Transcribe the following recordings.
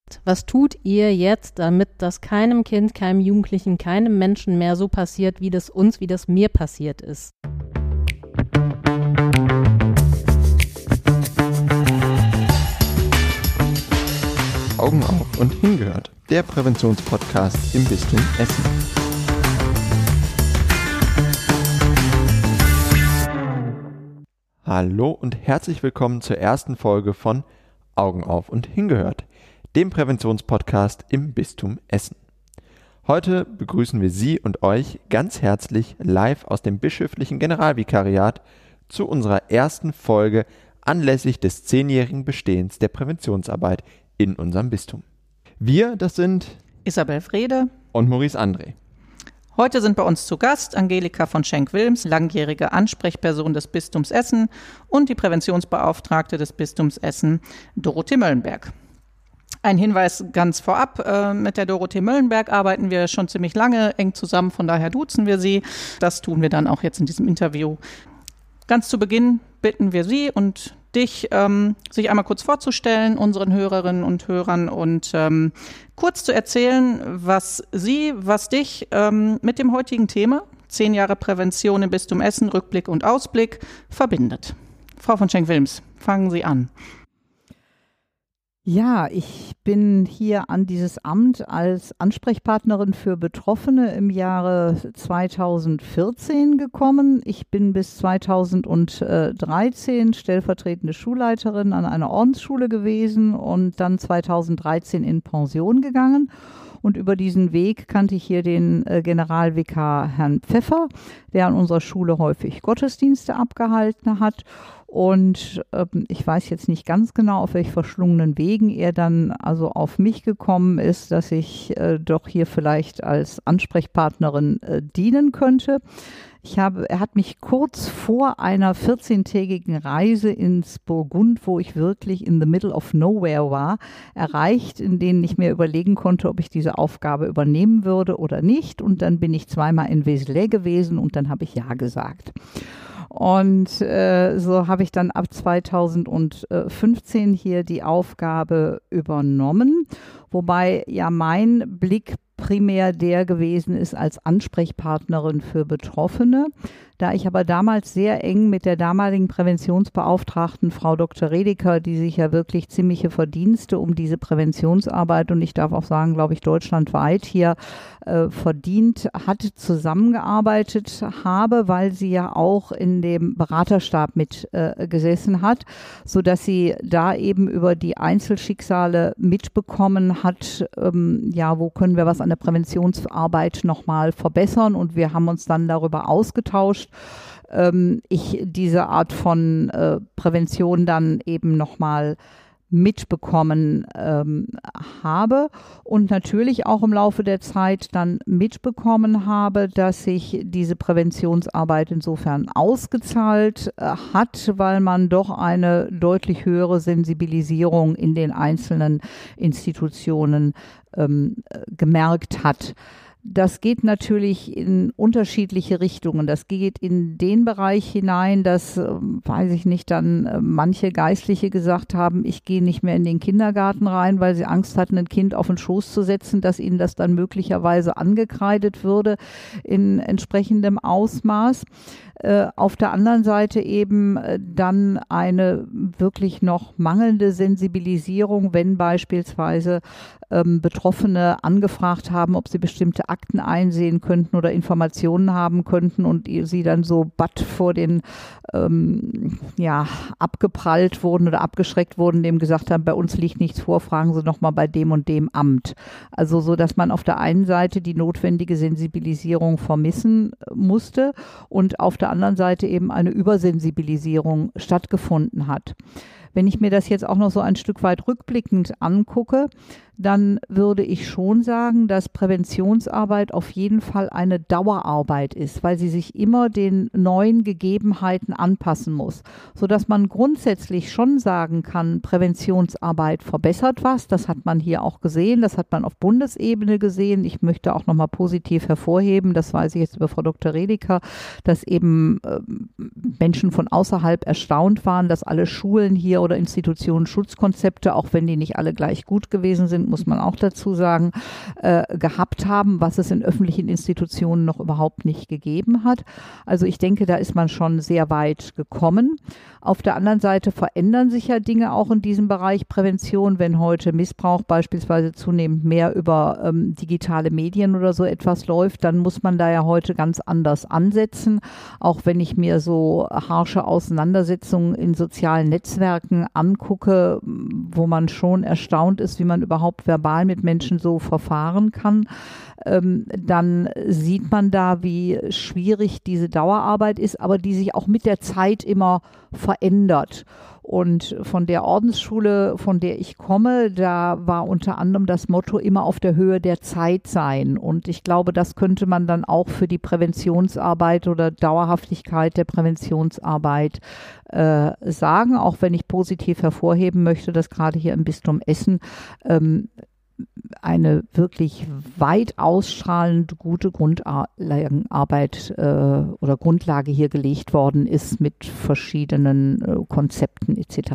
Was tut ihr jetzt, damit das keinem Kind, keinem Jugendlichen, keinem Menschen mehr so passiert, wie das mir passiert ist? Augen auf und hingehört, der Präventionspodcast im Bistum Essen. Hallo und herzlich willkommen zur ersten Folge von Augen auf und hingehört, dem Präventionspodcast im Bistum Essen. Heute begrüßen wir Sie und euch ganz herzlich live aus dem bischöflichen Generalvikariat zu unserer ersten Folge anlässlich des 10-jährigen Bestehens der Präventionsarbeit in unserem Bistum. Wir, das sind Isabel Frede und Maurice André. Heute sind bei uns zu Gast Angelika von Schenk-Wilms, langjährige Ansprechperson des Bistums Essen, und die Präventionsbeauftragte des Bistums Essen, Dorothee Möllenberg. Ein Hinweis ganz vorab, mit der Dorothee Möllenberg arbeiten wir schon ziemlich lange eng zusammen, von daher duzen wir sie. Das tun wir dann auch jetzt in diesem Interview. Ganz zu Beginn bitten wir Sie und dich, sich einmal kurz vorzustellen, unseren Hörerinnen und Hörern, und kurz zu erzählen, was dich mit dem heutigen Thema 10 Jahre Prävention im Bistum Essen, Rückblick und Ausblick verbindet. Frau von Schenk-Wilms, fangen Sie an. Ja, ich bin hier an dieses Amt als Ansprechpartnerin für Betroffene im Jahre 2014 gekommen. Ich bin bis 2013 stellvertretende Schulleiterin an einer Ordensschule gewesen und dann 2013 in Pension gegangen. Und über diesen Weg kannte ich hier den Generalvikar Herrn Pfeffer, der an unserer Schule häufig Gottesdienste abgehalten hat. Und ich weiß jetzt nicht ganz genau, auf welch verschlungenen Wegen er dann also auf mich gekommen ist, dass ich doch hier vielleicht als Ansprechpartnerin dienen könnte. Er hat mich kurz vor einer 14-tägigen Reise ins Burgund, wo ich wirklich in the middle of nowhere war, erreicht, in denen ich mir überlegen konnte, ob ich diese Aufgabe übernehmen würde oder nicht. Und dann bin ich zweimal in Vézelay gewesen und dann habe ich ja gesagt. Und so habe ich dann ab 2015 hier die Aufgabe übernommen, wobei ja mein Blick primär der gewesen ist als Ansprechpartnerin für Betroffene. Da ich aber damals sehr eng mit der damaligen Präventionsbeauftragten Frau Dr. Redeker, die sich ja wirklich ziemliche Verdienste um diese Präventionsarbeit, und ich darf auch sagen, glaube ich, deutschlandweit hier verdient hat, zusammengearbeitet habe, weil sie ja auch in dem Beraterstab mit gesessen hat, sodass sie da eben über die Einzelschicksale mitbekommen hat, wo können wir was an der Präventionsarbeit nochmal verbessern, und wir haben uns dann darüber ausgetauscht. Ich diese Art von Prävention dann eben nochmal mitbekommen habe und natürlich auch im Laufe der Zeit dann mitbekommen habe, dass sich diese Präventionsarbeit insofern ausgezahlt hat, weil man doch eine deutlich höhere Sensibilisierung in den einzelnen Institutionen gemerkt hat. Das geht natürlich in unterschiedliche Richtungen. Das geht in den Bereich hinein, dass, weiß ich nicht, dann manche Geistliche gesagt haben, ich gehe nicht mehr in den Kindergarten rein, weil sie Angst hatten, ein Kind auf den Schoß zu setzen, dass ihnen das dann möglicherweise angekreidet würde in entsprechendem Ausmaß. Auf der anderen Seite eben dann eine wirklich noch mangelnde Sensibilisierung, wenn beispielsweise Betroffene angefragt haben, ob sie bestimmte Akten einsehen könnten oder Informationen haben könnten, und sie dann so batt vor den abgeprallt wurden oder abgeschreckt wurden, dem gesagt haben, bei uns liegt nichts vor, fragen Sie noch mal bei dem und dem Amt. Also so, dass man auf der einen Seite die notwendige Sensibilisierung vermissen musste und auf der anderen Seite eben eine Übersensibilisierung stattgefunden hat. Wenn ich mir das jetzt auch noch so ein Stück weit rückblickend angucke, dann würde ich schon sagen, dass Präventionsarbeit auf jeden Fall eine Dauerarbeit ist, weil sie sich immer den neuen Gegebenheiten anpassen muss, sodass man grundsätzlich schon sagen kann, Präventionsarbeit verbessert was. Das hat man hier auch gesehen, das hat man auf Bundesebene gesehen. Ich möchte auch nochmal positiv hervorheben, das weiß ich jetzt über Frau Dr. Redeker, dass eben Menschen von außerhalb erstaunt waren, dass alle Schulen hier oder Institutionen Schutzkonzepte, auch wenn die nicht alle gleich gut gewesen sind, muss man auch dazu sagen, gehabt haben, was es in öffentlichen Institutionen noch überhaupt nicht gegeben hat. Also ich denke, da ist man schon sehr weit gekommen. Auf der anderen Seite verändern sich ja Dinge auch in diesem Bereich Prävention, wenn heute Missbrauch beispielsweise zunehmend mehr über digitale Medien oder so etwas läuft, dann muss man da ja heute ganz anders ansetzen. Auch wenn ich mir so harsche Auseinandersetzungen in sozialen Netzwerken angucke, wo man schon erstaunt ist, wie man überhaupt verbal mit Menschen so verfahren kann, dann sieht man da, wie schwierig diese Dauerarbeit ist, aber die sich auch mit der Zeit immer verändert. Und von der Ordensschule, von der ich komme, da war unter anderem das Motto immer auf der Höhe der Zeit sein. Und ich glaube, das könnte man dann auch für die Präventionsarbeit oder Dauerhaftigkeit der Präventionsarbeit sagen, auch wenn ich positiv hervorheben möchte, dass gerade hier im Bistum Essen eine wirklich weit ausstrahlend gute Grundlagenarbeit oder Grundlage hier gelegt worden ist mit verschiedenen Konzepten etc.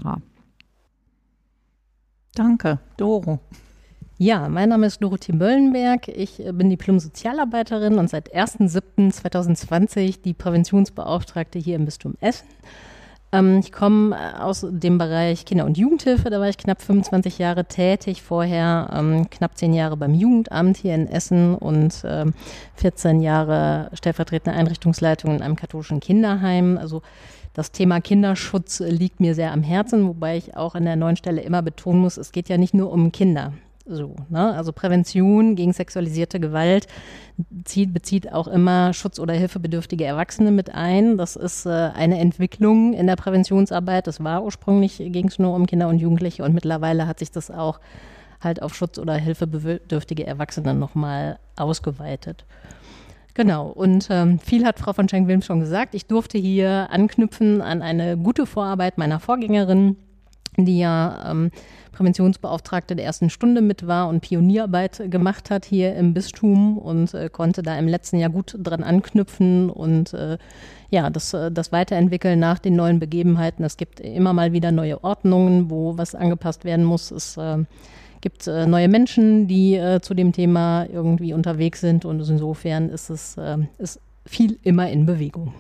Danke. Doro. Ja, mein Name ist Dorothee Möllenberg. Ich bin Diplom-Sozialarbeiterin und seit 1.7.2020 die Präventionsbeauftragte hier im Bistum Essen. Ich komme aus dem Bereich Kinder- und Jugendhilfe, da war ich knapp 25 Jahre tätig, vorher knapp 10 Jahre beim Jugendamt hier in Essen und 14 Jahre stellvertretende Einrichtungsleitung in einem katholischen Kinderheim. Also das Thema Kinderschutz liegt mir sehr am Herzen, wobei ich auch an der neuen Stelle immer betonen muss, es geht ja nicht nur um Kinder. So, ne? Also Prävention gegen sexualisierte Gewalt bezieht auch immer schutz- oder hilfebedürftige Erwachsene mit ein. Das ist eine Entwicklung in der Präventionsarbeit. Das war ursprünglich, ging es nur um Kinder und Jugendliche und mittlerweile hat sich das auch halt auf schutz- oder hilfebedürftige Erwachsene nochmal ausgeweitet. Genau, und viel hat Frau von Schenk-Wilms schon gesagt. Ich durfte hier anknüpfen an eine gute Vorarbeit meiner Vorgängerin, die ja Präventionsbeauftragte der ersten Stunde mit war und Pionierarbeit gemacht hat hier im Bistum und konnte da im letzten Jahr gut dran anknüpfen und das Weiterentwickeln nach den neuen Begebenheiten. Es gibt immer mal wieder neue Ordnungen, wo was angepasst werden muss. Es gibt neue Menschen, die zu dem Thema irgendwie unterwegs sind und insofern ist viel immer in Bewegung.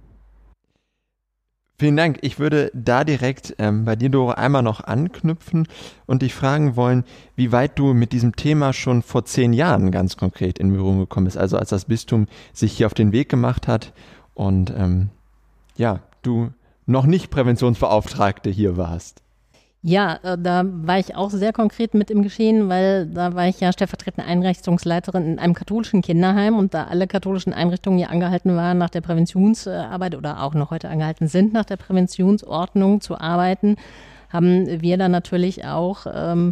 Vielen Dank. Ich würde da direkt bei dir, Doro, einmal noch anknüpfen und dich fragen wollen, wie weit du mit diesem Thema schon vor 10 Jahren ganz konkret in Berührung gekommen bist. Also als das Bistum sich hier auf den Weg gemacht hat und du noch nicht Präventionsbeauftragte hier warst. Ja, da war ich auch sehr konkret mit im Geschehen, weil da war ich ja stellvertretende Einrichtungsleiterin in einem katholischen Kinderheim und da alle katholischen Einrichtungen ja angehalten waren, nach der Präventionsarbeit oder auch noch heute angehalten sind, nach der Präventionsordnung zu arbeiten, haben wir dann natürlich auch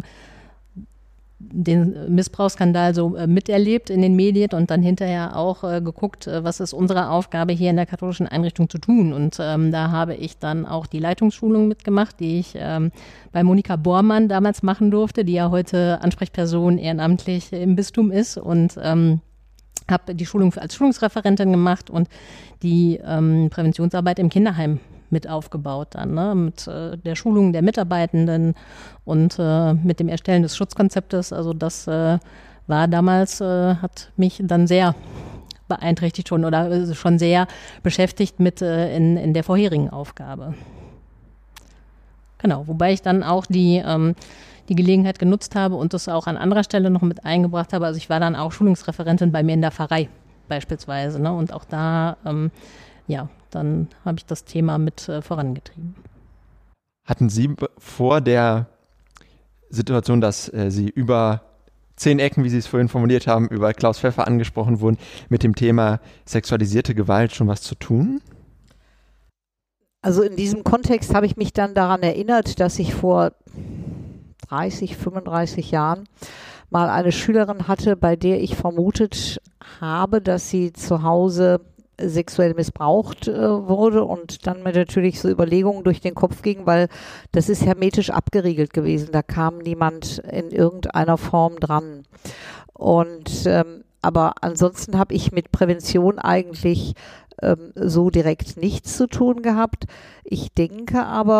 den Missbrauchsskandal so miterlebt in den Medien und dann hinterher auch geguckt, was ist unsere Aufgabe hier in der katholischen Einrichtung zu tun. Und da habe ich dann auch die Leitungsschulung mitgemacht, die ich bei Monika Bormann damals machen durfte, die ja heute Ansprechperson ehrenamtlich im Bistum ist und habe die Schulung als Schulungsreferentin gemacht und die Präventionsarbeit im Kinderheim mit aufgebaut dann, ne? Mit der Schulung der Mitarbeitenden und mit dem Erstellen des Schutzkonzeptes. Also das war damals, hat mich dann sehr beeinträchtigt schon oder schon sehr beschäftigt mit in der vorherigen Aufgabe. Genau, wobei ich dann auch die Gelegenheit genutzt habe und das auch an anderer Stelle noch mit eingebracht habe. Also ich war dann auch Schulungsreferentin bei mir in der Pfarrei beispielsweise, ne? Und auch da dann habe ich das Thema mit vorangetrieben. Hatten Sie vor der Situation, dass Sie über 10 Ecken, wie Sie es vorhin formuliert haben, über Klaus Pfeffer angesprochen wurden, mit dem Thema sexualisierte Gewalt schon was zu tun? Also in diesem Kontext habe ich mich dann daran erinnert, dass ich vor 30, 35 Jahren mal eine Schülerin hatte, bei der ich vermutet habe, dass sie zu Hause sexuell missbraucht wurde und dann mir natürlich so Überlegungen durch den Kopf ging, weil das ist hermetisch abgeriegelt gewesen. Da kam niemand in irgendeiner Form dran. Und aber ansonsten habe ich mit Prävention eigentlich so direkt nichts zu tun gehabt. Ich denke aber,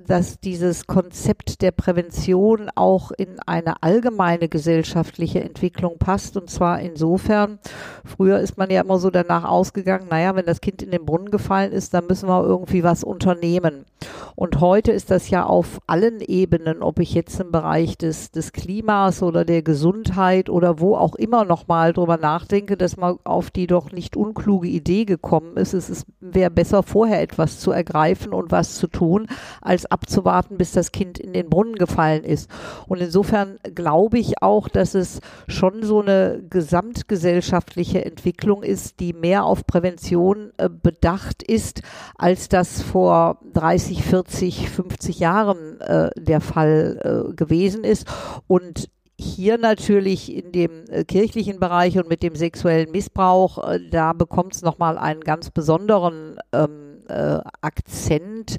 dass dieses Konzept der Prävention auch in eine allgemeine gesellschaftliche Entwicklung passt. Und zwar insofern, früher ist man ja immer so danach ausgegangen, naja, wenn das Kind in den Brunnen gefallen ist, dann müssen wir irgendwie was unternehmen. Und heute ist das ja auf allen Ebenen, ob ich jetzt im Bereich des Klimas oder der Gesundheit oder wo auch immer nochmal drüber nachdenke, dass man auf die doch nicht unkluge Idee gekommen ist. Es wäre besser, vorher etwas zu ergreifen und was zu tun, als abzuwarten, bis das Kind in den Brunnen gefallen ist. Und insofern glaube ich auch, dass es schon so eine gesamtgesellschaftliche Entwicklung ist, die mehr auf Prävention bedacht ist, als das vor 30, 40, 50 Jahren der Fall gewesen ist. Und hier natürlich in dem kirchlichen Bereich und mit dem sexuellen Missbrauch, da bekommt es nochmal einen ganz besonderen Akzent.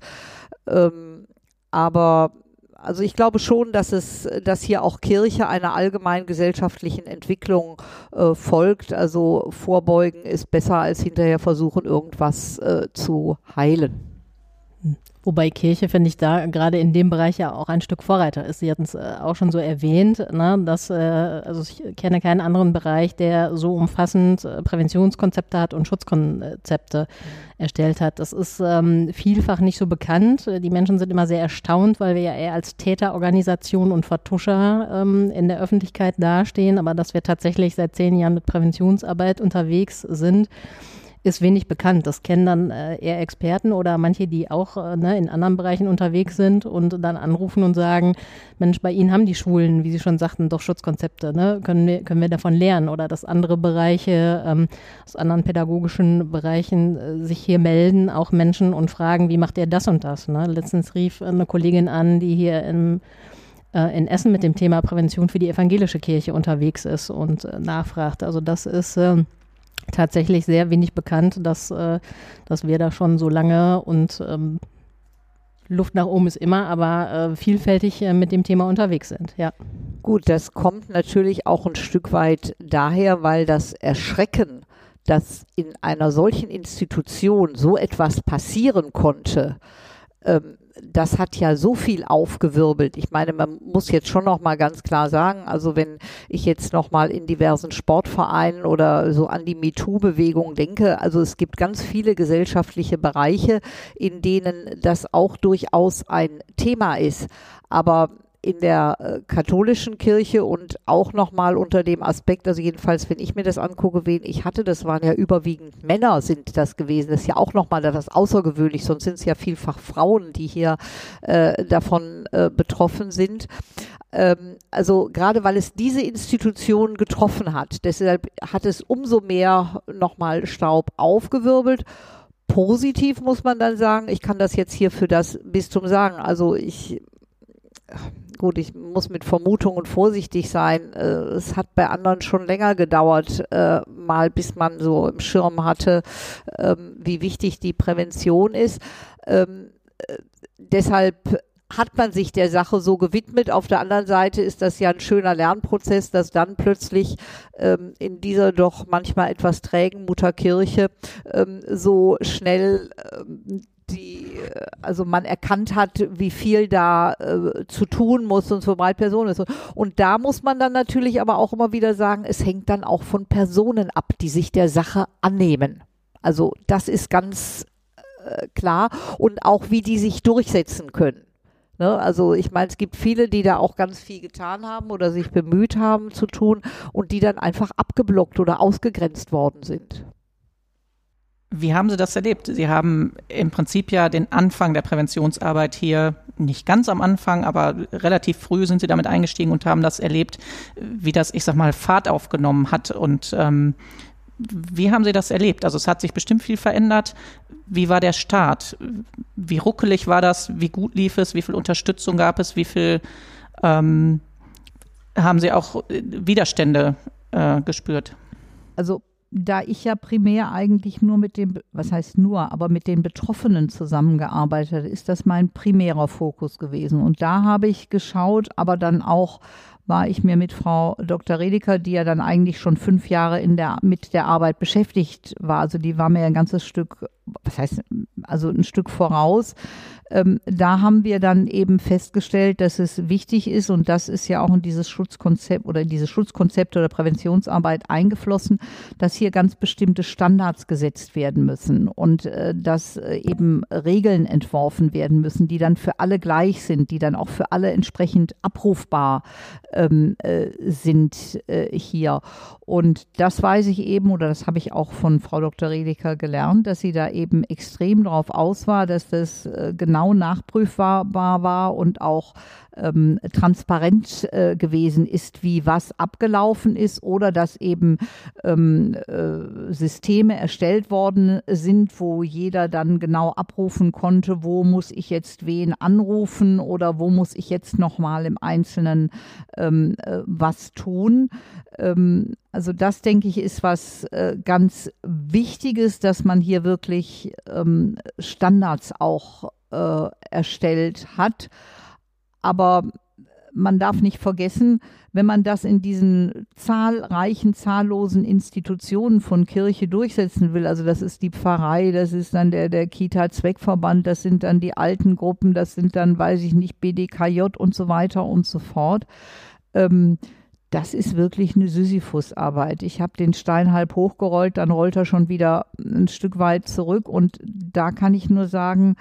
Aber also ich glaube schon, dass hier auch Kirche einer allgemeinen gesellschaftlichen Entwicklung folgt. Also vorbeugen ist besser als hinterher versuchen, irgendwas zu heilen. Wobei Kirche, finde ich, da gerade in dem Bereich ja auch ein Stück Vorreiter ist. Sie hatten es auch schon so erwähnt, ne, dass, also ich kenne keinen anderen Bereich, der so umfassend Präventionskonzepte hat und Schutzkonzepte erstellt hat. Das ist vielfach nicht so bekannt. Die Menschen sind immer sehr erstaunt, weil wir ja eher als Täterorganisation und Vertuscher in der Öffentlichkeit dastehen. Aber dass wir tatsächlich seit 10 Jahren mit Präventionsarbeit unterwegs sind, ist wenig bekannt. Das kennen dann eher Experten oder manche, die auch in anderen Bereichen unterwegs sind und dann anrufen und sagen, Mensch, bei Ihnen haben die Schulen, wie Sie schon sagten, doch Schutzkonzepte, ne? Können wir davon lernen? Oder dass andere Bereiche aus anderen pädagogischen Bereichen sich hier melden, auch Menschen und fragen, wie macht ihr das und das? Ne? Letztens rief eine Kollegin an, die hier in Essen mit dem Thema Prävention für die evangelische Kirche unterwegs ist und nachfragt. Also das ist tatsächlich sehr wenig bekannt, dass wir da schon so lange und Luft nach oben ist immer, aber vielfältig mit dem Thema unterwegs sind, ja. Gut, das kommt natürlich auch ein Stück weit daher, weil das Erschrecken, dass in einer solchen Institution so etwas passieren konnte, das hat ja so viel aufgewirbelt. Ich meine, man muss jetzt schon noch mal ganz klar sagen, also wenn ich jetzt noch mal in diversen Sportvereinen oder so an die MeToo-Bewegung denke, also es gibt ganz viele gesellschaftliche Bereiche, in denen das auch durchaus ein Thema ist. Aber in der katholischen Kirche und auch nochmal unter dem Aspekt, also jedenfalls, wenn ich mir das angucke, wen ich hatte, das waren ja überwiegend Männer sind das gewesen. Das ist ja auch nochmal etwas außergewöhnlich, sonst sind es ja vielfach Frauen, die hier davon betroffen sind. Also gerade weil es diese Institution getroffen hat, deshalb hat es umso mehr nochmal Staub aufgewirbelt. Positiv muss man dann sagen, ich kann das jetzt hier für das Bistum sagen, also ich muss mit Vermutungen vorsichtig sein. Es hat bei anderen schon länger gedauert, mal bis man so im Schirm hatte, wie wichtig die Prävention ist. Deshalb hat man sich der Sache so gewidmet. Auf der anderen Seite ist das ja ein schöner Lernprozess, dass dann plötzlich in dieser doch manchmal etwas trägen Mutterkirche so schnell also man erkannt hat, wie viel da zu tun muss und so breit Personen ist. Und da muss man dann natürlich aber auch immer wieder sagen, es hängt dann auch von Personen ab, die sich der Sache annehmen. Also das ist ganz klar und auch wie die sich durchsetzen können. Ne? Also ich meine, es gibt viele, die da auch ganz viel getan haben oder sich bemüht haben zu tun und die dann einfach abgeblockt oder ausgegrenzt worden sind. Wie haben Sie das erlebt? Sie haben im Prinzip ja den Anfang der Präventionsarbeit hier, nicht ganz am Anfang, aber relativ früh sind Sie damit eingestiegen und haben das erlebt, wie das, ich sag mal, Fahrt aufgenommen hat. Und wie haben Sie das erlebt? Also es hat sich bestimmt viel verändert. Wie war der Start? Wie ruckelig war das? Wie gut lief es? Wie viel Unterstützung gab es? Wie viel haben Sie auch Widerstände gespürt? Also da ich ja primär eigentlich nur mit dem, was heißt nur, aber mit den Betroffenen zusammengearbeitet habe, ist das mein primärer Fokus gewesen. Und da habe ich geschaut, aber dann auch war ich mir mit Frau Dr. Redeker, die ja dann eigentlich schon 5 Jahre mit der Arbeit beschäftigt war. Also die war mir ein ganzes Stück, also ein Stück voraus. Da haben wir dann eben festgestellt, dass es wichtig ist, und das ist ja auch in dieses Schutzkonzept oder in diese Schutzkonzepte oder Präventionsarbeit eingeflossen, dass hier ganz bestimmte Standards gesetzt werden müssen und dass eben Regeln entworfen werden müssen, die dann für alle gleich sind, die dann auch für alle entsprechend abrufbar sind hier. Und das weiß ich eben, oder das habe ich auch von Frau Dr. Redeker gelernt, dass sie da eben extrem drauf aus war, dass das genau nachprüfbar war und auch transparent gewesen ist, wie was abgelaufen ist, oder dass eben Systeme erstellt worden sind, wo jeder dann genau abrufen konnte, wo muss ich jetzt wen anrufen oder wo muss ich jetzt nochmal im Einzelnen was tun. Also das, denke ich, ist was ganz Wichtiges, dass man hier wirklich Standards auch erstellt hat. Aber man darf nicht vergessen, wenn man das in diesen zahllosen Institutionen von Kirche durchsetzen will, also das ist die Pfarrei, das ist dann der Kita-Zweckverband, das sind dann die Altengruppen, das sind dann, weiß ich nicht, BDKJ und so weiter und so fort. Das ist wirklich eine Sisyphus-Arbeit. Ich habe den Stein halb hochgerollt, dann rollt er schon wieder ein Stück weit zurück, und da kann ich nur sagen,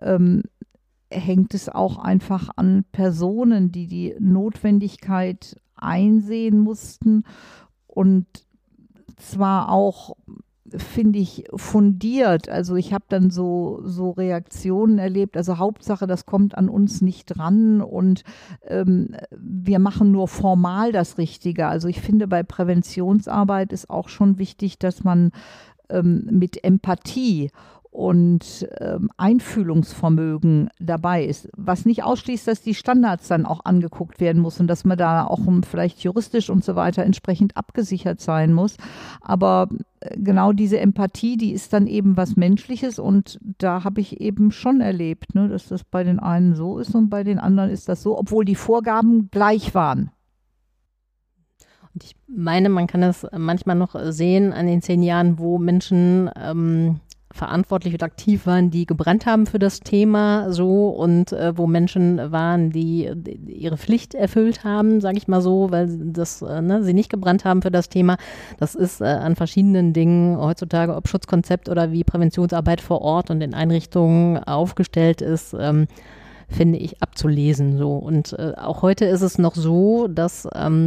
hängt es auch einfach an Personen, die die Notwendigkeit einsehen mussten und zwar auch, finde ich, fundiert. Also ich habe dann so Reaktionen erlebt, also Hauptsache, das kommt an uns nicht dran und wir machen nur formal das Richtige. Also ich finde, bei Präventionsarbeit ist auch schon wichtig, dass man mit Empathie und Einfühlungsvermögen dabei ist. Was nicht ausschließt, dass die Standards dann auch angeguckt werden muss und dass man da auch vielleicht juristisch und so weiter entsprechend abgesichert sein muss. Aber genau diese Empathie, die ist dann eben was Menschliches, und da habe ich eben schon erlebt, ne, dass das bei den einen so ist und bei den anderen ist das so, obwohl die Vorgaben gleich waren. Und ich meine, man kann das manchmal noch sehen an den 10 Jahren, wo Menschen verantwortlich und aktiv waren, die gebrannt haben für das Thema, so, und wo Menschen waren, die ihre Pflicht erfüllt haben, sage ich mal so, weil sie nicht gebrannt haben für das Thema. Das ist an verschiedenen Dingen heutzutage, ob Schutzkonzept oder wie Präventionsarbeit vor Ort und in Einrichtungen aufgestellt ist, finde ich abzulesen, so. Und auch heute ist es noch so, dass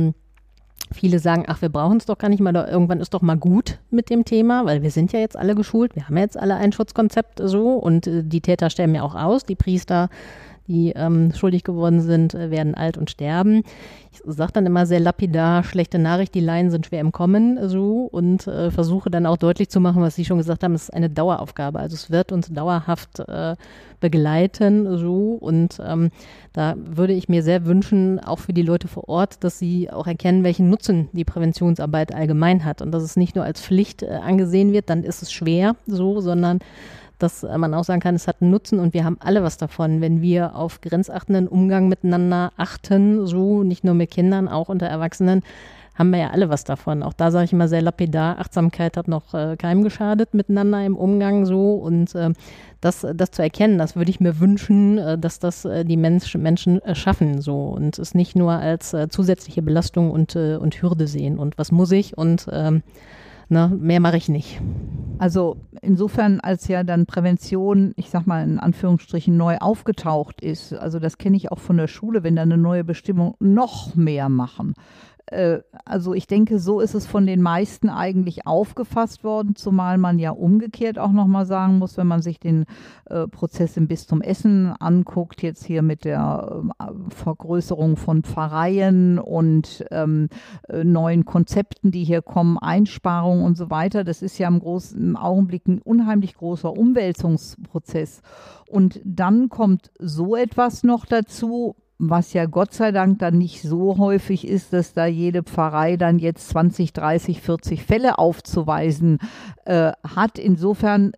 viele sagen, ach, wir brauchen es doch gar nicht mal, irgendwann ist doch mal gut mit dem Thema, weil wir sind ja jetzt alle geschult, wir haben ja jetzt alle ein Schutzkonzept so, und die Täter sterben ja auch aus, die Priester, die schuldig geworden sind, werden alt und sterben. Ich sage dann immer sehr lapidar, schlechte Nachricht, die Laien sind schwer im Kommen, so, und versuche dann auch deutlich zu machen, was Sie schon gesagt haben, es ist eine Daueraufgabe. Also es wird uns dauerhaft begleiten, so, und da würde ich mir sehr wünschen, auch für die Leute vor Ort, dass sie auch erkennen, welchen Nutzen die Präventionsarbeit allgemein hat und dass es nicht nur als Pflicht angesehen wird, dann ist es schwer, so, sondern dass man auch sagen kann, es hat einen Nutzen und wir haben alle was davon, wenn wir auf grenzachtenden Umgang miteinander achten, so, nicht nur mit Kindern, auch unter Erwachsenen, haben wir ja alle was davon. Auch da sage ich immer sehr lapidar, Achtsamkeit hat noch keinem geschadet miteinander im Umgang, so, und das zu erkennen, das würde ich mir wünschen, dass das die Menschen schaffen, so, und es nicht nur als zusätzliche Belastung und Hürde sehen und was muss ich und mehr mache ich nicht. Also insofern, als ja dann Prävention, ich sag mal in Anführungsstrichen, neu aufgetaucht ist, also das kenne ich auch von der Schule, wenn da eine neue Bestimmung noch mehr machen. Also ich denke, so ist es von den meisten eigentlich aufgefasst worden, zumal man ja umgekehrt auch nochmal sagen muss, wenn man sich den Prozess im Bistum Essen anguckt, jetzt hier mit der Vergrößerung von Pfarreien und neuen Konzepten, die hier kommen, Einsparungen und so weiter, das ist ja im Augenblick ein unheimlich großer Umwälzungsprozess. Und dann kommt so etwas noch dazu, was ja Gott sei Dank dann nicht so häufig ist, dass da jede Pfarrei dann jetzt 20, 30, 40 Fälle aufzuweisen hat. Insofern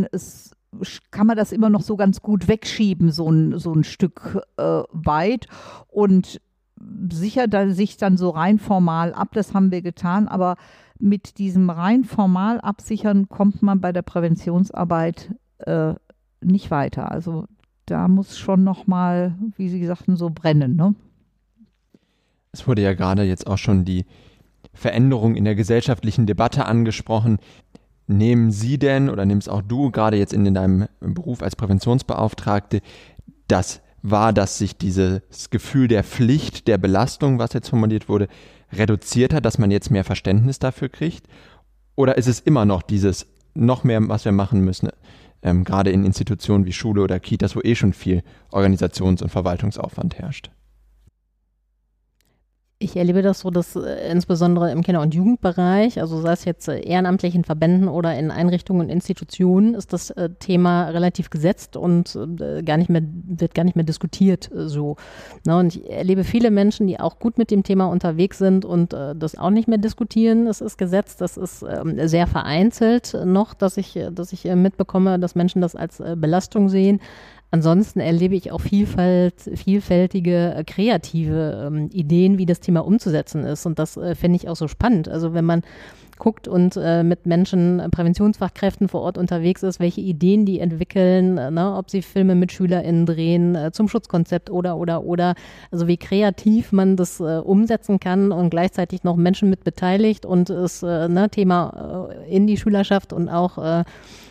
kann man das immer noch so ganz gut wegschieben, so ein Stück weit, und sichert sich dann so rein formal ab. Das haben wir getan, aber mit diesem rein formal absichern kommt man bei der Präventionsarbeit nicht weiter. Also da muss schon nochmal, wie Sie sagten, so brennen, ne? Es wurde ja gerade jetzt auch schon die Veränderung in der gesellschaftlichen Debatte angesprochen. Nehmen Sie denn oder nimmst auch du gerade jetzt in deinem Beruf als Präventionsbeauftragte das wahr, dass sich dieses Gefühl der Pflicht, der Belastung, was jetzt formuliert wurde, reduziert hat, dass man jetzt mehr Verständnis dafür kriegt? Oder ist es immer noch dieses noch mehr, was wir machen müssen, gerade in Institutionen wie Schule oder Kitas, wo schon viel Organisations- und Verwaltungsaufwand herrscht? Ich erlebe das so, dass insbesondere im Kinder- und Jugendbereich, also sei es jetzt ehrenamtlichen Verbänden oder in Einrichtungen und Institutionen, ist das Thema relativ gesetzt und wird gar nicht mehr diskutiert so. Na, und ich erlebe viele Menschen, die auch gut mit dem Thema unterwegs sind und das auch nicht mehr diskutieren. Es ist gesetzt, das ist sehr vereinzelt noch, dass ich mitbekomme, dass Menschen das als Belastung sehen. Ansonsten erlebe ich auch vielfältige kreative Ideen, wie das Thema umzusetzen ist. Und das finde ich auch so spannend. Also wenn man guckt und mit Menschen, Präventionsfachkräften vor Ort unterwegs ist, welche Ideen die entwickeln, ob sie Filme mit SchülerInnen drehen, zum Schutzkonzept oder. Also wie kreativ man das umsetzen kann und gleichzeitig noch Menschen mit beteiligt und das Thema in die Schülerschaft und auch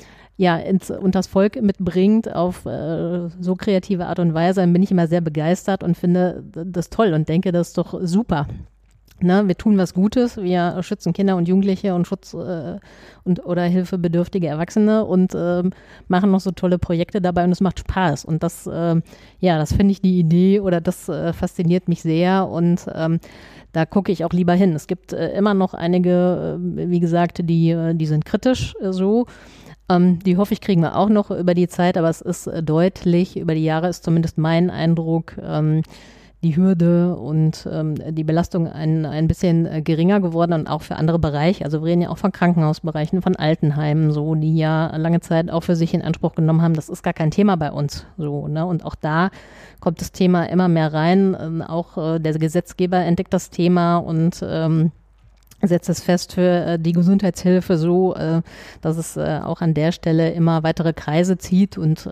und das Volk mitbringt auf so kreative Art und Weise, dann bin ich immer sehr begeistert und finde das toll und denke, das ist doch super. Ne? Wir tun was Gutes, wir schützen Kinder und Jugendliche und oder hilfebedürftige Erwachsene und machen noch so tolle Projekte dabei und es macht Spaß. Und das, das finde ich die Idee oder das fasziniert mich sehr und da gucke ich auch lieber hin. Es gibt immer noch einige, wie gesagt, die sind kritisch so. Die hoffe ich, kriegen wir auch noch über die Zeit, aber es ist deutlich, über die Jahre ist zumindest mein Eindruck, die Hürde und die Belastung ein bisschen geringer geworden und auch für andere Bereiche. Also wir reden ja auch von Krankenhausbereichen, von Altenheimen, so, die ja lange Zeit auch für sich in Anspruch genommen haben. Das ist gar kein Thema bei uns, so, ne? Und auch da kommt das Thema immer mehr rein. Auch der Gesetzgeber entdeckt das Thema und setzt es fest für die Gesundheitshilfe so, dass es auch an der Stelle immer weitere Kreise zieht und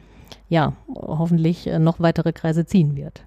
hoffentlich noch weitere Kreise ziehen wird.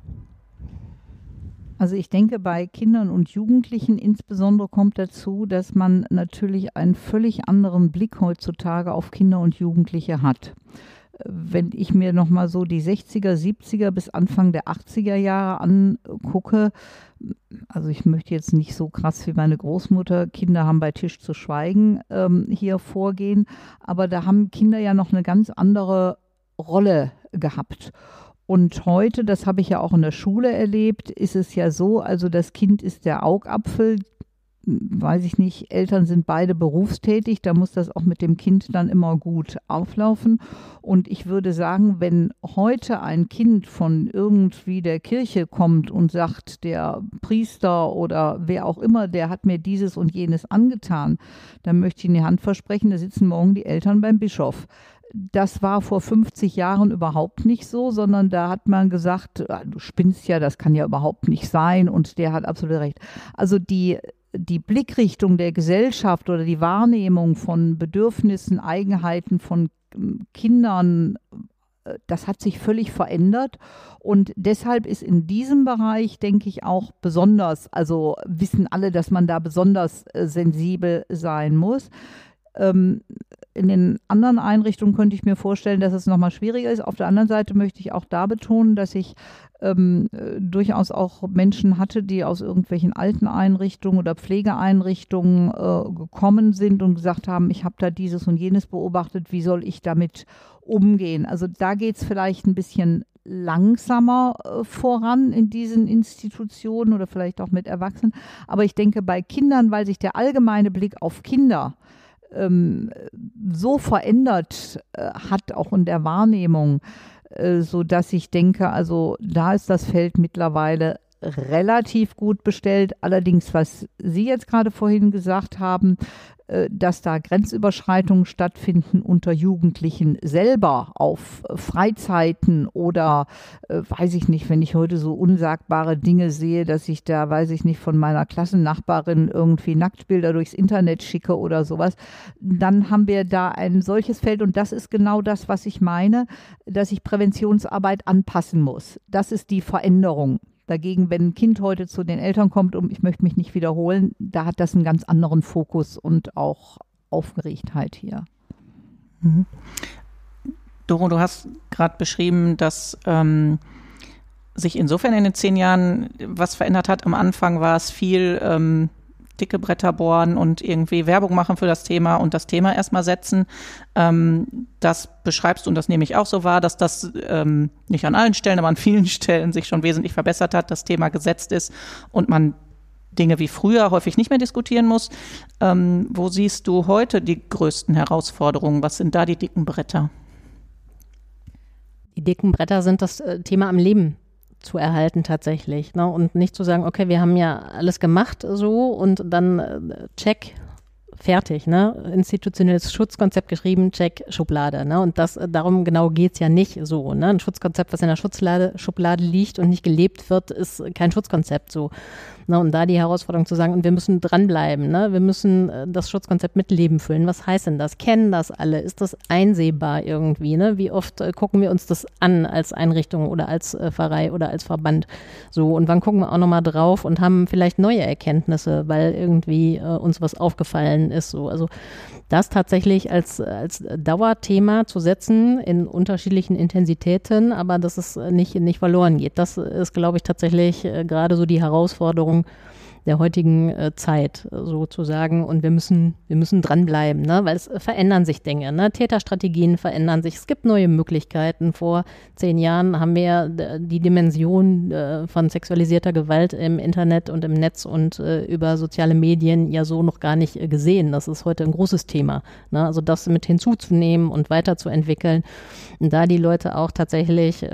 Also ich denke, bei Kindern und Jugendlichen insbesondere kommt dazu, dass man natürlich einen völlig anderen Blick heutzutage auf Kinder und Jugendliche hat. Wenn ich mir nochmal so die 60er, 70er bis Anfang der 80er Jahre angucke, also ich möchte jetzt nicht so krass wie meine Großmutter, Kinder haben bei Tisch zu schweigen, hier vorgehen, aber da haben Kinder ja noch eine ganz andere Rolle gehabt. Und heute, das habe ich ja auch in der Schule erlebt, ist es ja so, also das Kind ist der Augapfel, weiß ich nicht, Eltern sind beide berufstätig, da muss das auch mit dem Kind dann immer gut auflaufen. Und ich würde sagen, wenn heute ein Kind von irgendwie der Kirche kommt und sagt, der Priester oder wer auch immer, der hat mir dieses und jenes angetan, dann möchte ich in die Hand versprechen, da sitzen morgen die Eltern beim Bischof. Das war vor 50 Jahren überhaupt nicht so, sondern da hat man gesagt, du spinnst ja, das kann ja überhaupt nicht sein und der hat absolut recht. Also die Blickrichtung der Gesellschaft oder die Wahrnehmung von Bedürfnissen, Eigenheiten von Kindern, das hat sich völlig verändert und deshalb ist in diesem Bereich, denke ich, auch besonders, also wissen alle, dass man da besonders sensibel sein muss. In den anderen Einrichtungen könnte ich mir vorstellen, dass es nochmal schwieriger ist. Auf der anderen Seite möchte ich auch da betonen, dass ich durchaus auch Menschen hatte, die aus irgendwelchen alten Einrichtungen oder Pflegeeinrichtungen gekommen sind und gesagt haben, ich habe da dieses und jenes beobachtet, wie soll ich damit umgehen? Also da geht es vielleicht ein bisschen langsamer voran in diesen Institutionen oder vielleicht auch mit Erwachsenen. Aber ich denke, bei Kindern, weil sich der allgemeine Blick auf Kinder so verändert hat, auch in der Wahrnehmung, so dass ich denke, also da ist das Feld mittlerweile relativ gut bestellt. Allerdings, was Sie jetzt gerade vorhin gesagt haben, dass da Grenzüberschreitungen stattfinden unter Jugendlichen selber auf Freizeiten oder weiß ich nicht, wenn ich heute so unsagbare Dinge sehe, dass ich da, weiß ich nicht, von meiner Klassennachbarin irgendwie Nacktbilder durchs Internet schicke oder sowas, dann haben wir da ein solches Feld und das ist genau das, was ich meine, dass ich Präventionsarbeit anpassen muss. Das ist die Veränderung. Dagegen, wenn ein Kind heute zu den Eltern kommt und ich möchte mich nicht wiederholen, da hat das einen ganz anderen Fokus und auch Aufgeregtheit hier. Mhm. Doro, du hast gerade beschrieben, dass sich insofern in den 10 Jahren was verändert hat. Am Anfang war es viel dicke Bretter bohren und irgendwie Werbung machen für das Thema und das Thema erstmal setzen. Das beschreibst du, und das nehme ich auch so wahr, dass das nicht an allen Stellen, aber an vielen Stellen sich schon wesentlich verbessert hat, das Thema gesetzt ist und man Dinge wie früher häufig nicht mehr diskutieren muss. Wo siehst du heute die größten Herausforderungen? Was sind da die dicken Bretter? Die dicken Bretter sind das Thema am Leben zu erhalten tatsächlich, ne? Und nicht zu sagen, okay, wir haben ja alles gemacht so und dann check, fertig, ne? Institutionelles Schutzkonzept geschrieben, check, Schublade, ne? Und darum genau geht's ja nicht so, ne? Ein Schutzkonzept, was in der Schublade liegt und nicht gelebt wird, ist kein Schutzkonzept so. Ne? Und da die Herausforderung zu sagen, und wir müssen dranbleiben, ne? Wir müssen das Schutzkonzept mit Leben füllen. Was heißt denn das? Kennen das alle? Ist das einsehbar irgendwie, ne? Wie oft gucken wir uns das an als Einrichtung oder als Pfarrei oder als Verband? So, und wann gucken wir auch nochmal drauf und haben vielleicht neue Erkenntnisse, weil irgendwie uns was aufgefallen ist, so. Also das tatsächlich als Dauerthema zu setzen in unterschiedlichen Intensitäten, aber dass es nicht verloren geht. Das ist, glaube ich, tatsächlich gerade so die Herausforderung der heutigen Zeit sozusagen. Und wir müssen dranbleiben, ne? Weil es verändern sich Dinge, ne? Täterstrategien verändern sich. Es gibt neue Möglichkeiten. Vor 10 Jahren haben wir die Dimension von sexualisierter Gewalt im Internet und im Netz und über soziale Medien ja so noch gar nicht gesehen. Das ist heute ein großes Thema, ne? Also das mit hinzuzunehmen und weiterzuentwickeln. Und da die Leute auch tatsächlich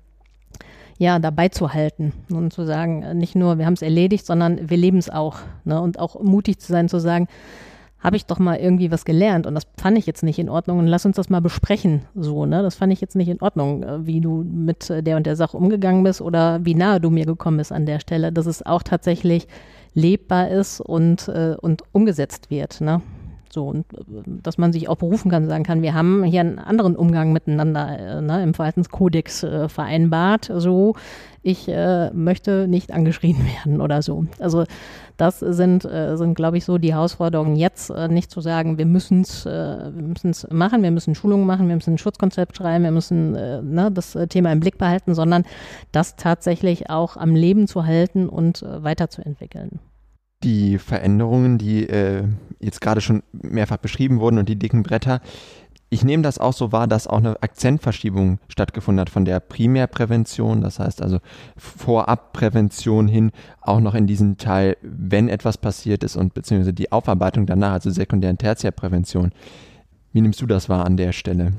dabei zu halten und zu sagen, nicht nur, wir haben es erledigt, sondern wir leben es auch, ne? Und auch mutig zu sein, zu sagen, habe ich doch mal irgendwie was gelernt und das fand ich jetzt nicht in Ordnung und lass uns das mal besprechen, so, ne? Das fand ich jetzt nicht in Ordnung, wie du mit der und der Sache umgegangen bist oder wie nahe du mir gekommen bist an der Stelle, dass es auch tatsächlich lebbar ist und umgesetzt wird, ne? So, und dass man sich auch berufen kann, sagen kann, wir haben hier einen anderen Umgang miteinander, ne, im Verhaltenskodex vereinbart, so, ich möchte nicht angeschrien werden oder so. Also das sind glaube ich, so die Herausforderungen jetzt, nicht zu sagen, wir müssen es machen, wir müssen Schulungen machen, wir müssen ein Schutzkonzept schreiben, wir müssen das Thema im Blick behalten, sondern das tatsächlich auch am Leben zu halten und weiterzuentwickeln. Die Veränderungen, die jetzt gerade schon mehrfach beschrieben wurden und die dicken Bretter, ich nehme das auch so wahr, dass auch eine Akzentverschiebung stattgefunden hat von der Primärprävention, das heißt also Vorabprävention hin, auch noch in diesen Teil, wenn etwas passiert ist und beziehungsweise die Aufarbeitung danach, also Sekundär- und Tertiärprävention. Wie nimmst du das wahr an der Stelle?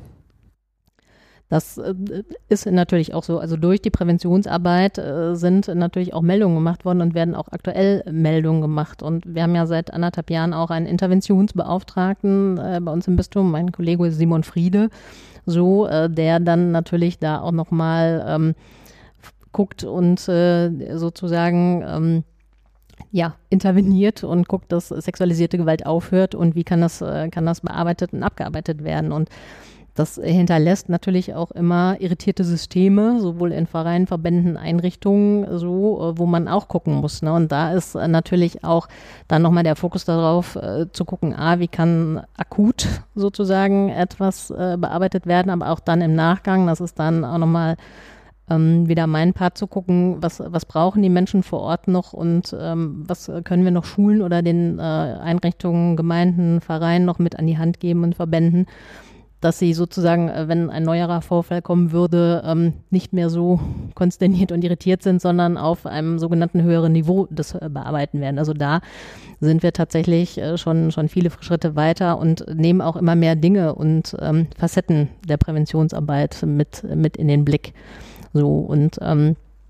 Das ist natürlich auch so. Also durch die Präventionsarbeit sind natürlich auch Meldungen gemacht worden und werden auch aktuell Meldungen gemacht. Und wir haben ja seit 1,5 Jahren auch einen Interventionsbeauftragten bei uns im Bistum, mein Kollege Simon Friede, der dann natürlich da auch nochmal guckt und sozusagen interveniert und guckt, dass sexualisierte Gewalt aufhört und wie kann das bearbeitet und abgearbeitet werden. Und das hinterlässt natürlich auch immer irritierte Systeme, sowohl in Vereinen, Verbänden, Einrichtungen, wo man auch gucken muss, ne? Und da ist natürlich auch dann nochmal der Fokus darauf, zu gucken, wie kann akut sozusagen etwas bearbeitet werden, aber auch dann im Nachgang, das ist dann auch nochmal wieder mein Part zu gucken, was brauchen die Menschen vor Ort noch und was können wir noch Schulen oder den Einrichtungen, Gemeinden, Vereinen noch mit an die Hand geben und Verbänden, dass sie sozusagen, wenn ein neuerer Vorfall kommen würde, nicht mehr so konsterniert und irritiert sind, sondern auf einem sogenannten höheren Niveau das bearbeiten werden. Also da sind wir tatsächlich schon viele Schritte weiter und nehmen auch immer mehr Dinge und Facetten der Präventionsarbeit mit in den Blick. So, und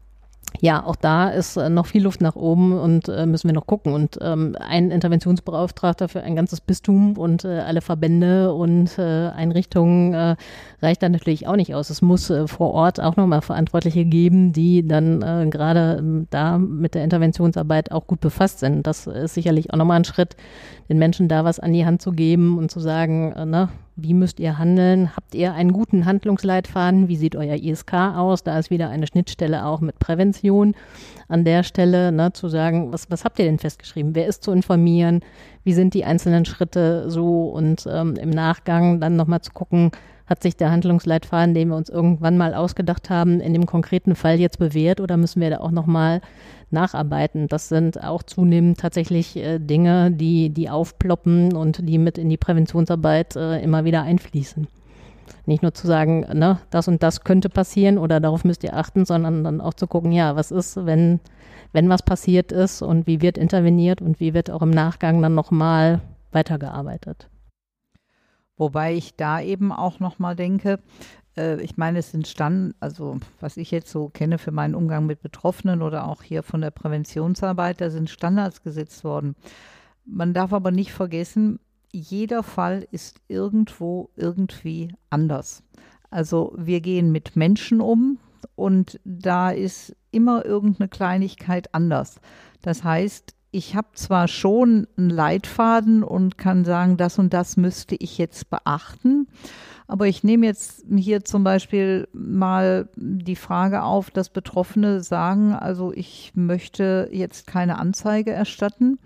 ja, auch da ist noch viel Luft nach oben und müssen wir noch gucken. Und ein Interventionsbeauftragter für ein ganzes Bistum und alle Verbände und Einrichtungen reicht dann natürlich auch nicht aus. Es muss vor Ort auch nochmal Verantwortliche geben, die dann gerade da mit der Interventionsarbeit auch gut befasst sind. Das ist sicherlich auch nochmal ein Schritt, den Menschen da was an die Hand zu geben und zu sagen, wie müsst ihr handeln? Habt ihr einen guten Handlungsleitfaden? Wie sieht euer ISK aus? Da ist wieder eine Schnittstelle auch mit Prävention an der Stelle, zu sagen, was habt ihr denn festgeschrieben? Wer ist zu informieren? Wie sind die einzelnen Schritte so? Und im Nachgang dann nochmal zu gucken, hat sich der Handlungsleitfaden, den wir uns irgendwann mal ausgedacht haben, in dem konkreten Fall jetzt bewährt oder müssen wir da auch nochmal nacharbeiten? Das sind auch zunehmend tatsächlich Dinge, die aufploppen und die mit in die Präventionsarbeit immer wieder einfließen. Nicht nur zu sagen, das und das könnte passieren oder darauf müsst ihr achten, sondern dann auch zu gucken, ja, was ist, wenn was passiert ist und wie wird interveniert und wie wird auch im Nachgang dann nochmal weitergearbeitet. Wobei ich da eben auch nochmal denke, ich meine, es sind also was ich jetzt so kenne für meinen Umgang mit Betroffenen oder auch hier von der Präventionsarbeit, da sind Standards gesetzt worden. Man darf aber nicht vergessen, jeder Fall ist irgendwo irgendwie anders. Also wir gehen mit Menschen um und da ist immer irgendeine Kleinigkeit anders. Das heißt, ich habe zwar schon einen Leitfaden und kann sagen, das und das müsste ich jetzt beachten, aber ich nehme jetzt hier zum Beispiel mal die Frage auf, dass Betroffene sagen, also ich möchte jetzt keine Anzeige erstatten,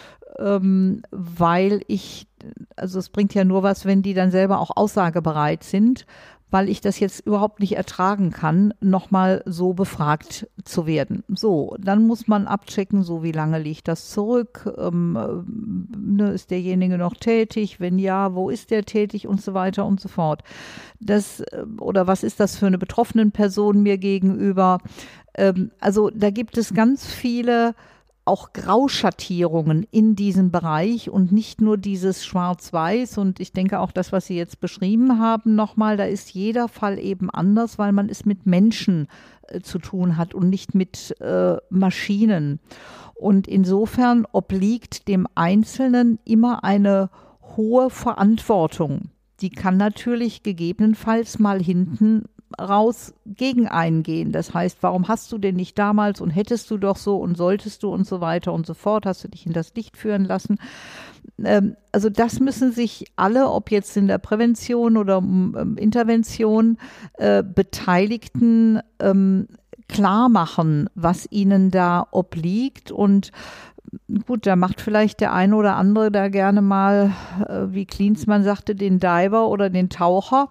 weil also es bringt ja nur was, wenn die dann selber auch aussagebereit sind, weil ich das jetzt überhaupt nicht ertragen kann, nochmal so befragt zu werden. So, dann muss man abchecken, so wie lange liegt das zurück, ist derjenige noch tätig, wenn ja, wo ist der tätig und so weiter und so fort. Oder was ist das für eine betroffene Person mir gegenüber? Also da gibt es ganz viele auch Grauschattierungen in diesem Bereich und nicht nur dieses Schwarz-Weiß. Und ich denke auch das, was Sie jetzt beschrieben haben, nochmal, da ist jeder Fall eben anders, weil man es mit Menschen zu tun hat und nicht mit Maschinen. Und insofern obliegt dem Einzelnen immer eine hohe Verantwortung. Die kann natürlich gegebenenfalls mal hinten raus gegen einen gehen. Das heißt, warum hast du denn nicht damals und hättest du doch so und solltest du und so weiter und so fort, hast du dich in das Licht führen lassen. Also das müssen sich alle, ob jetzt in der Prävention oder Intervention, Beteiligten klar machen, was ihnen da obliegt. Und gut, da macht vielleicht der eine oder andere da gerne mal, wie Klinsmann sagte, den Diver oder den Taucher.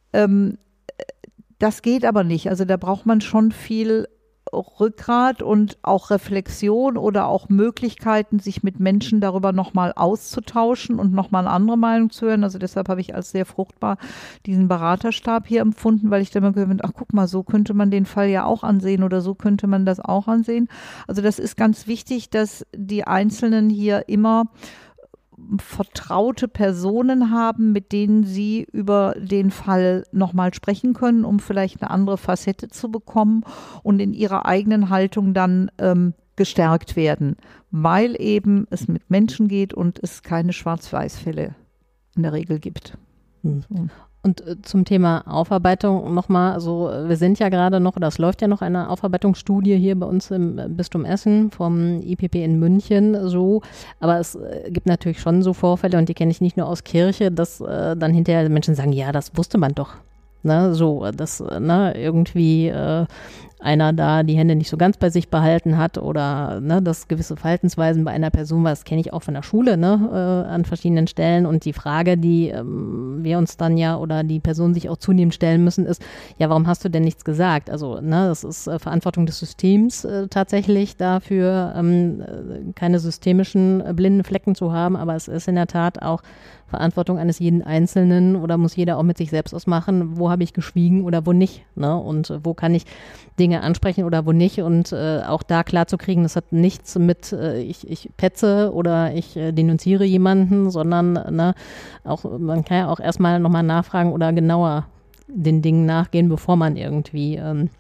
Das geht aber nicht. Also da braucht man schon viel Rückgrat und auch Reflexion oder auch Möglichkeiten, sich mit Menschen darüber nochmal auszutauschen und nochmal eine andere Meinung zu hören. Also deshalb habe ich als sehr fruchtbar diesen Beraterstab hier empfunden, weil ich dann mal gehört habe, ach guck mal, so könnte man den Fall ja auch ansehen oder so könnte man das auch ansehen. Also das ist ganz wichtig, dass die Einzelnen hier immer vertraute Personen haben, mit denen sie über den Fall nochmal sprechen können, um vielleicht eine andere Facette zu bekommen und in ihrer eigenen Haltung dann gestärkt werden, weil eben es mit Menschen geht und es keine Schwarz-Weiß-Fälle in der Regel gibt. So. Und zum Thema Aufarbeitung nochmal, also wir sind ja gerade noch, oder es läuft ja noch eine Aufarbeitungsstudie hier bei uns im Bistum Essen vom IPP in München so, aber es gibt natürlich schon so Vorfälle und die kenne ich nicht nur aus Kirche, dass dann hinterher Menschen sagen, ja, das wusste man doch. So, dass irgendwie einer da die Hände nicht so ganz bei sich behalten hat oder dass gewisse Verhaltensweisen bei einer Person war, das kenne ich auch von der Schule an verschiedenen Stellen und die Frage, die wir uns dann ja oder die Personen sich auch zunehmend stellen müssen, ist, ja, warum hast du denn nichts gesagt? Also das ist Verantwortung des Systems tatsächlich dafür, keine systemischen blinden Flecken zu haben, aber es ist in der Tat auch Verantwortung eines jeden Einzelnen oder muss jeder auch mit sich selbst ausmachen, wo habe ich geschwiegen oder wo nicht, und wo kann ich Dinge ansprechen oder wo nicht und auch da klar zu kriegen, das hat nichts mit ich petze oder ich denunziere jemanden, sondern auch man kann ja auch erstmal nochmal nachfragen oder genauer den Dingen nachgehen, bevor man irgendwie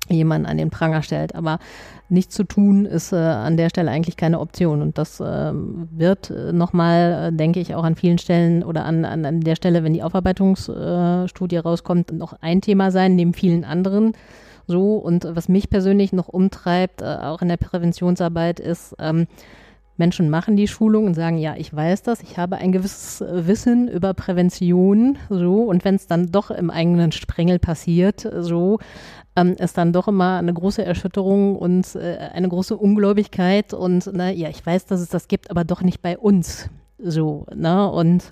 jemanden an den Pranger stellt. Aber nichts zu tun ist an der Stelle eigentlich keine Option. Und das wird nochmal, denke ich, auch an vielen Stellen oder an der Stelle, wenn die Aufarbeitungsstudie rauskommt, noch ein Thema sein, neben vielen anderen. So, und was mich persönlich noch umtreibt, auch in der Präventionsarbeit, ist, Menschen machen die Schulung und sagen, ja, ich weiß das, ich habe ein gewisses Wissen über Prävention, so, und wenn es dann doch im eigenen Sprengel passiert, so, ist dann doch immer eine große Erschütterung und eine große Ungläubigkeit und, ja, ich weiß, dass es das gibt, aber doch nicht bei uns, so, ne, und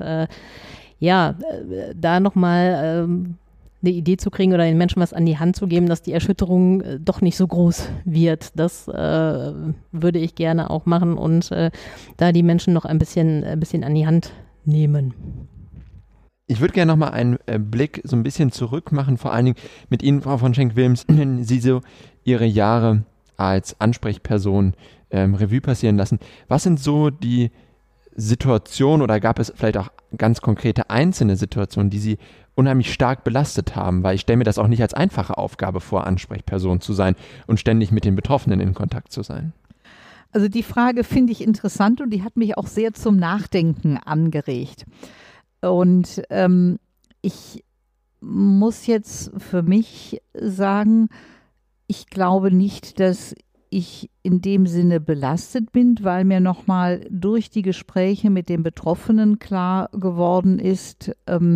da nochmal eine Idee zu kriegen oder den Menschen was an die Hand zu geben, dass die Erschütterung doch nicht so groß wird. Das würde ich gerne auch machen und da die Menschen noch ein bisschen an die Hand nehmen. Ich würde gerne nochmal einen Blick so ein bisschen zurück machen, vor allen Dingen mit Ihnen, Frau von Schenk-Wilms, wenn Sie so Ihre Jahre als Ansprechperson Revue passieren lassen. Was sind so die Situationen oder gab es vielleicht auch ganz konkrete einzelne Situationen, die Sie unheimlich stark belastet haben? Weil ich stelle mir das auch nicht als einfache Aufgabe vor, Ansprechperson zu sein und ständig mit den Betroffenen in Kontakt zu sein. Also die Frage finde ich interessant und die hat mich auch sehr zum Nachdenken angeregt. Und ich muss jetzt für mich sagen, ich glaube nicht, dass ich in dem Sinne belastet bin, weil mir nochmal durch die Gespräche mit den Betroffenen klar geworden ist,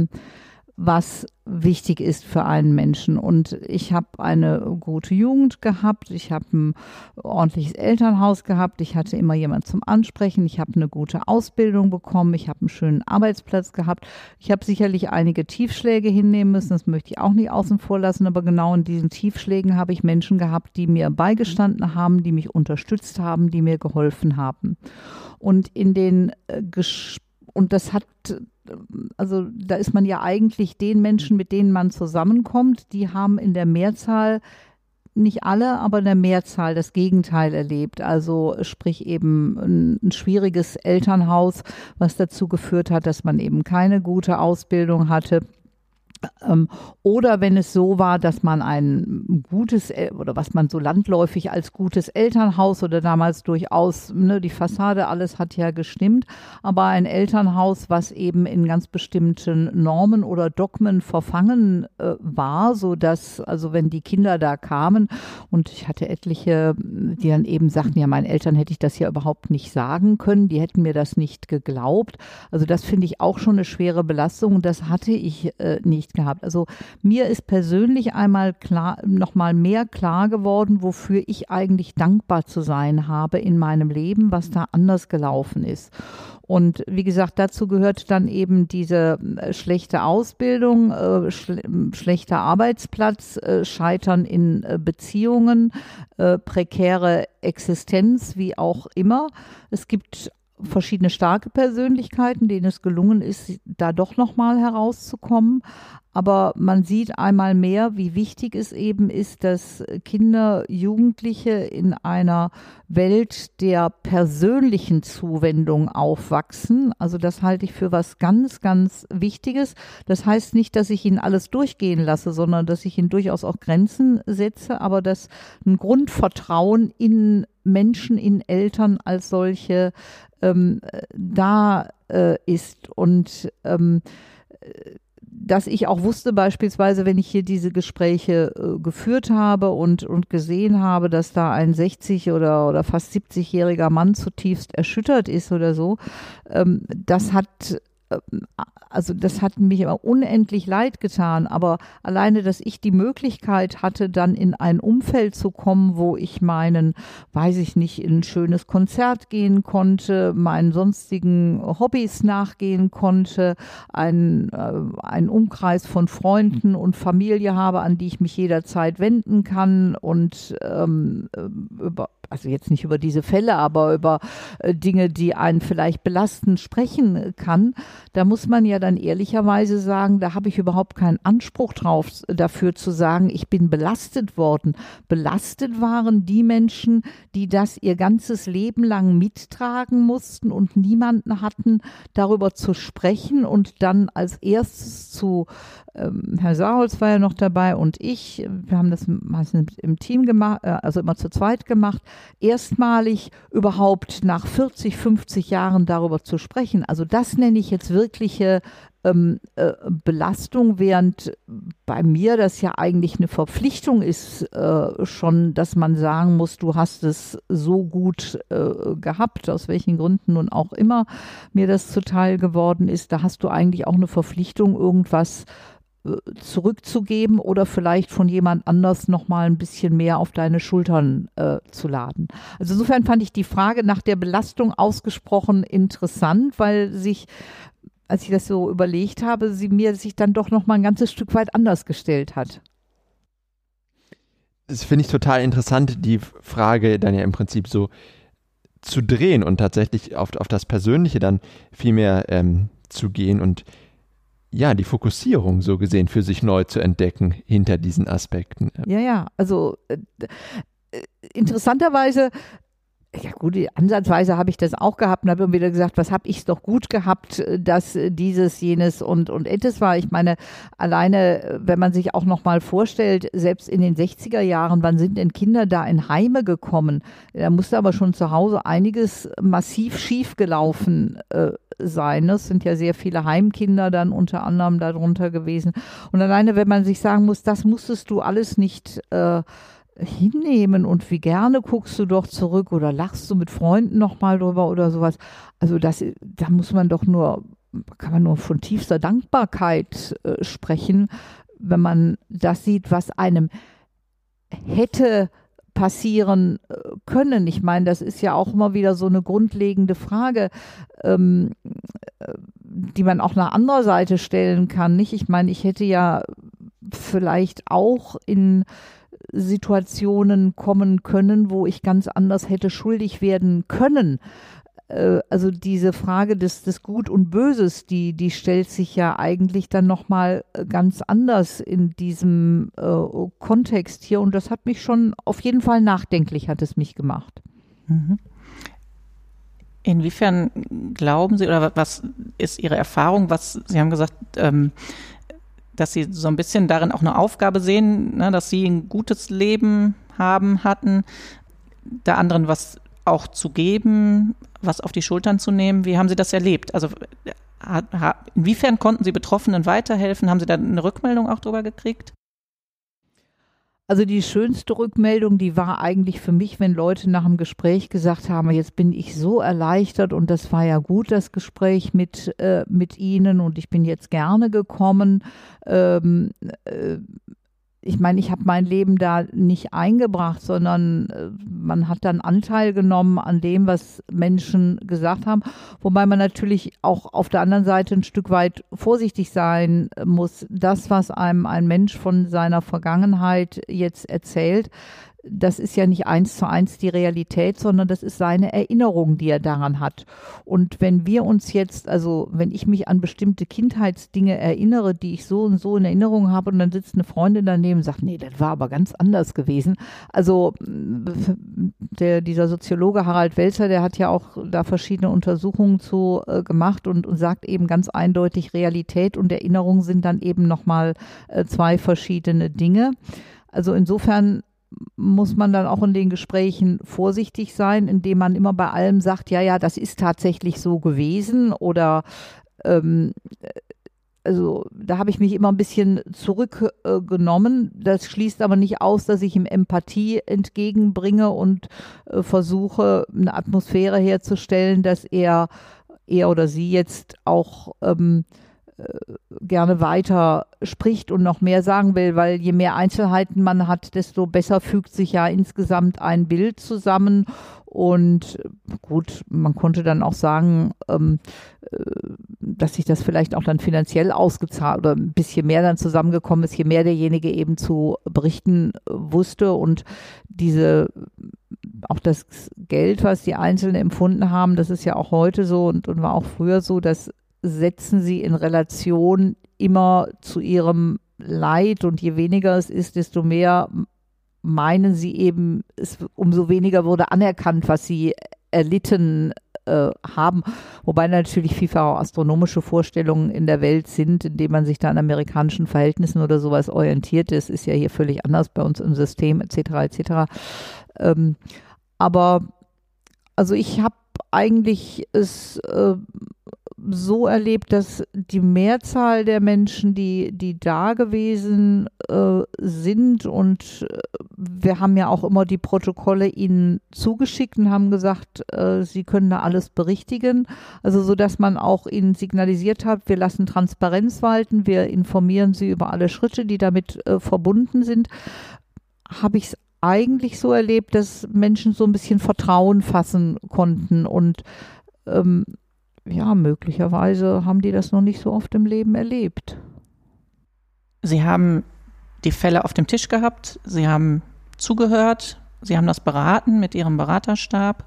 was wichtig ist für einen Menschen. Und ich habe eine gute Jugend gehabt, ich habe ein ordentliches Elternhaus gehabt, ich hatte immer jemand zum Ansprechen, ich habe eine gute Ausbildung bekommen, ich habe einen schönen Arbeitsplatz gehabt. Ich habe sicherlich einige Tiefschläge hinnehmen müssen, das möchte ich auch nicht außen vor lassen, aber genau in diesen Tiefschlägen habe ich Menschen gehabt, die mir beigestanden haben, die mich unterstützt haben, die mir geholfen haben. Und in den und das hat, also da ist man ja eigentlich den Menschen, mit denen man zusammenkommt, die haben in der Mehrzahl, nicht alle, aber in der Mehrzahl das Gegenteil erlebt. Also sprich eben ein schwieriges Elternhaus, was dazu geführt hat, dass man eben keine gute Ausbildung hatte. Oder wenn es so war, dass man ein gutes oder was man so landläufig als gutes Elternhaus oder damals durchaus, die Fassade, alles hat ja gestimmt, aber ein Elternhaus, was eben in ganz bestimmten Normen oder Dogmen verfangen war, so dass, also wenn die Kinder da kamen und ich hatte etliche, die dann eben sagten, ja, meinen Eltern hätte ich das ja überhaupt nicht sagen können, die hätten mir das nicht geglaubt. Also das finde ich auch schon eine schwere Belastung und das hatte ich nicht gehabt. Also mir ist persönlich einmal nochmal mehr klar geworden, wofür ich eigentlich dankbar zu sein habe in meinem Leben, was da anders gelaufen ist. Und wie gesagt, dazu gehört dann eben diese schlechte Ausbildung, schlechter Arbeitsplatz, Scheitern in Beziehungen, prekäre Existenz, wie auch immer. Es gibt verschiedene starke Persönlichkeiten, denen es gelungen ist, da doch nochmal herauszukommen. Aber man sieht einmal mehr, wie wichtig es eben ist, dass Kinder, Jugendliche in einer Welt der persönlichen Zuwendung aufwachsen. Also das halte ich für was ganz, ganz Wichtiges. Das heißt nicht, dass ich ihnen alles durchgehen lasse, sondern dass ich ihnen durchaus auch Grenzen setze, aber dass ein Grundvertrauen in Menschen, in Eltern als solche da ist und dass ich auch wusste beispielsweise, wenn ich hier diese Gespräche geführt habe und gesehen habe, dass da ein 60- oder fast 70-jähriger Mann zutiefst erschüttert ist oder so, das hat mich immer unendlich leid getan, aber alleine, dass ich die Möglichkeit hatte, dann in ein Umfeld zu kommen, wo ich in ein schönes Konzert gehen konnte, meinen sonstigen Hobbys nachgehen konnte, einen Umkreis von Freunden und Familie habe, an die ich mich jederzeit wenden kann und also jetzt nicht über diese Fälle, aber über Dinge, die einen vielleicht belasten, sprechen kann. da muss man ja dann ehrlicherweise sagen, da habe ich überhaupt keinen Anspruch drauf, dafür zu sagen, ich bin belastet worden. Belastet waren die Menschen, die das ihr ganzes Leben lang mittragen mussten und niemanden hatten, darüber zu sprechen und dann als erstes zu Herr Saarholz war ja noch dabei und ich, wir haben das meistens im Team gemacht, also immer zu zweit gemacht, erstmalig überhaupt nach 40, 50 Jahren darüber zu sprechen. Also das nenne ich jetzt wirkliche Belastung, während bei mir das ja eigentlich eine Verpflichtung ist, schon, dass man sagen muss, du hast es so gut gehabt, aus welchen Gründen nun auch immer mir das zuteil geworden ist. Da hast du eigentlich auch eine Verpflichtung, irgendwas zurückzugeben oder vielleicht von jemand anders nochmal ein bisschen mehr auf deine Schultern zu laden. Also insofern fand ich die Frage nach der Belastung ausgesprochen interessant, weil sich, als ich das so überlegt habe, sie mir sich dann doch nochmal ein ganzes Stück weit anders gestellt hat. Das finde ich total interessant, die Frage dann ja im Prinzip so zu drehen und tatsächlich auf das Persönliche dann viel mehr zu gehen und ja, die Fokussierung so gesehen für sich neu zu entdecken hinter diesen Aspekten. Ja, also interessanterweise, ja gut, ansatzweise habe ich das auch gehabt und habe immer wieder gesagt, was habe ich doch gut gehabt, dass dieses, jenes und etwas war. Ich meine, alleine, wenn man sich auch noch mal vorstellt, selbst in den 60er Jahren, wann sind denn Kinder da in Heime gekommen? Da musste aber schon zu Hause einiges massiv schief gelaufen sein. Es sind ja sehr viele Heimkinder dann unter anderem darunter gewesen. Und alleine, wenn man sich sagen muss, das musstest du alles nicht hinnehmen und wie gerne guckst du doch zurück oder lachst du mit Freunden nochmal drüber oder sowas. Also da muss man doch kann man nur von tiefster Dankbarkeit sprechen, wenn man das sieht, was einem hätte passieren können. Ich meine, das ist ja auch immer wieder so eine grundlegende Frage, die man auch nach anderer Seite stellen kann, nicht? Ich meine, ich hätte ja vielleicht auch in Situationen kommen können, wo ich ganz anders hätte schuldig werden können. Also diese Frage des Gut und Böses, die stellt sich ja eigentlich dann nochmal ganz anders in diesem Kontext hier und das hat mich schon auf jeden Fall nachdenklich, hat es mich gemacht. Mhm. Inwiefern glauben Sie oder was ist Ihre Erfahrung, Sie haben gesagt, dass Sie so ein bisschen darin auch eine Aufgabe sehen, ne, dass Sie ein gutes Leben hatten, der anderen was auch zu geben, was auf die Schultern zu nehmen. Wie haben Sie das erlebt? Also inwiefern konnten Sie Betroffenen weiterhelfen? Haben Sie da eine Rückmeldung auch drüber gekriegt? Also die schönste Rückmeldung, die war eigentlich für mich, wenn Leute nach dem Gespräch gesagt haben, jetzt bin ich so erleichtert und das war ja gut, das Gespräch mit Ihnen und ich bin jetzt gerne gekommen. Ich meine, ich habe mein Leben da nicht eingebracht, sondern man hat dann Anteil genommen an dem, was Menschen gesagt haben. Wobei man natürlich auch auf der anderen Seite ein Stück weit vorsichtig sein muss. Das, was einem ein Mensch von seiner Vergangenheit jetzt erzählt, das ist ja nicht 1:1 die Realität, sondern das ist seine Erinnerung, die er daran hat. Und wenn wir uns jetzt, also wenn ich mich an bestimmte Kindheitsdinge erinnere, die ich so und so in Erinnerung habe und dann sitzt eine Freundin daneben und sagt, nee, das war aber ganz anders gewesen. Also dieser Soziologe Harald Welzer, der hat ja auch da verschiedene Untersuchungen zu gemacht und sagt eben ganz eindeutig, Realität und Erinnerung sind dann eben nochmal zwei verschiedene Dinge. Also insofern muss man dann auch in den Gesprächen vorsichtig sein, indem man immer bei allem sagt, ja, das ist tatsächlich so gewesen oder also da habe ich mich immer ein bisschen zurückgenommen. Das schließt aber nicht aus, dass ich ihm Empathie entgegenbringe und versuche, eine Atmosphäre herzustellen, dass er oder sie jetzt auch gerne weiter spricht und noch mehr sagen will, weil je mehr Einzelheiten man hat, desto besser fügt sich ja insgesamt ein Bild zusammen. Und gut, man konnte dann auch sagen, dass sich das vielleicht auch dann finanziell ausgezahlt oder ein bisschen mehr dann zusammengekommen ist, je mehr derjenige eben zu berichten wusste und auch das Geld, was die Einzelnen empfunden haben, das ist ja auch heute so und war auch früher so, dass setzen sie in Relation immer zu ihrem Leid, und je weniger es ist, desto mehr meinen sie eben, umso weniger wurde anerkannt, was sie erlitten haben, wobei natürlich vielfach auch astronomische Vorstellungen in der Welt sind, indem man sich da an amerikanischen Verhältnissen oder sowas orientiert. Das ist ja hier völlig anders bei uns im System etc. etc. Aber also ich habe eigentlich es so erlebt, dass die Mehrzahl der Menschen, die da gewesen sind, und wir haben ja auch immer die Protokolle ihnen zugeschickt und haben gesagt, sie können da alles berichtigen, also so, dass man auch ihnen signalisiert hat, wir lassen Transparenz walten, wir informieren sie über alle Schritte, die damit verbunden sind, habe ich es eigentlich so erlebt, dass Menschen so ein bisschen Vertrauen fassen konnten, und ja, möglicherweise haben die das noch nicht so oft im Leben erlebt. Sie haben die Fälle auf dem Tisch gehabt, Sie haben zugehört, Sie haben das beraten mit Ihrem Beraterstab.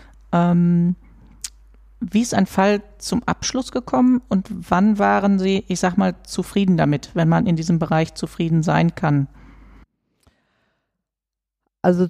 Wie ist ein Fall zum Abschluss gekommen und wann waren Sie, ich sag mal, zufrieden damit, wenn man in diesem Bereich zufrieden sein kann? Also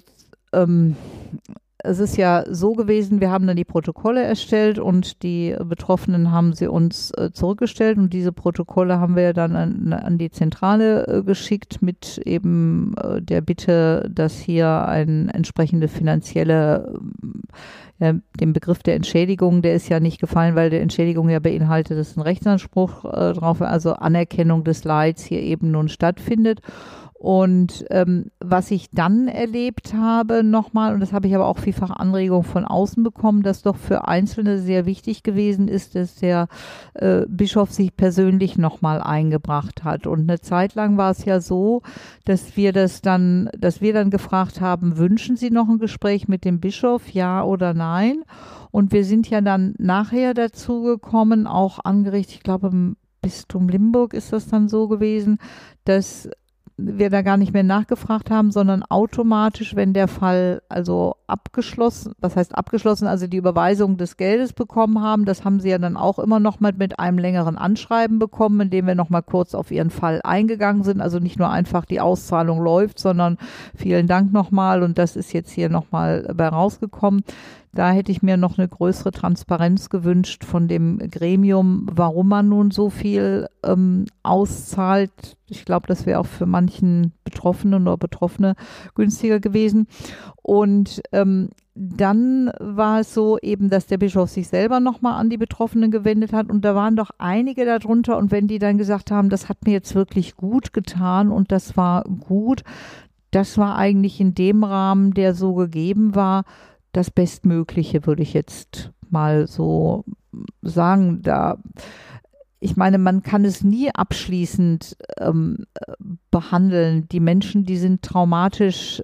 es ist ja so gewesen, wir haben dann die Protokolle erstellt und die Betroffenen haben sie uns zurückgestellt, und diese Protokolle haben wir dann an die Zentrale geschickt mit eben der Bitte, dass hier ein entsprechende finanzielle, den Begriff der Entschädigung, der ist ja nicht gefallen, weil der Entschädigung ja beinhaltet, dass ein Rechtsanspruch drauf, also Anerkennung des Leids hier eben nun stattfindet. Und was ich dann erlebt habe nochmal, und das habe ich aber auch vielfach Anregung von außen bekommen, dass doch für Einzelne sehr wichtig gewesen ist, dass der Bischof sich persönlich nochmal eingebracht hat. Und eine Zeit lang war es ja so, dass wir dann gefragt haben, wünschen Sie noch ein Gespräch mit dem Bischof, ja oder nein? Und wir sind ja dann nachher dazu gekommen, auch angerichtet, ich glaube im Bistum Limburg ist das dann so gewesen, dass wir da gar nicht mehr nachgefragt haben, sondern automatisch, wenn der Fall also abgeschlossen, was heißt abgeschlossen, also die Überweisung des Geldes bekommen haben, das haben sie ja dann auch immer noch mal mit einem längeren Anschreiben bekommen, in dem wir noch mal kurz auf ihren Fall eingegangen sind, also nicht nur einfach die Auszahlung läuft, sondern vielen Dank nochmal, und das ist jetzt hier nochmal bei rausgekommen. Da hätte ich mir noch eine größere Transparenz gewünscht von dem Gremium, warum man nun so viel auszahlt. Ich glaube, das wäre auch für manchen Betroffenen oder Betroffene günstiger gewesen. Und dann war es so eben, dass der Bischof sich selber nochmal an die Betroffenen gewendet hat, und da waren doch einige darunter, und wenn die dann gesagt haben, das hat mir jetzt wirklich gut getan und das war gut, das war eigentlich in dem Rahmen, der so gegeben war, das Bestmögliche, würde ich jetzt mal so sagen. Ich meine, man kann es nie abschließend behandeln. Die Menschen, die sind traumatisch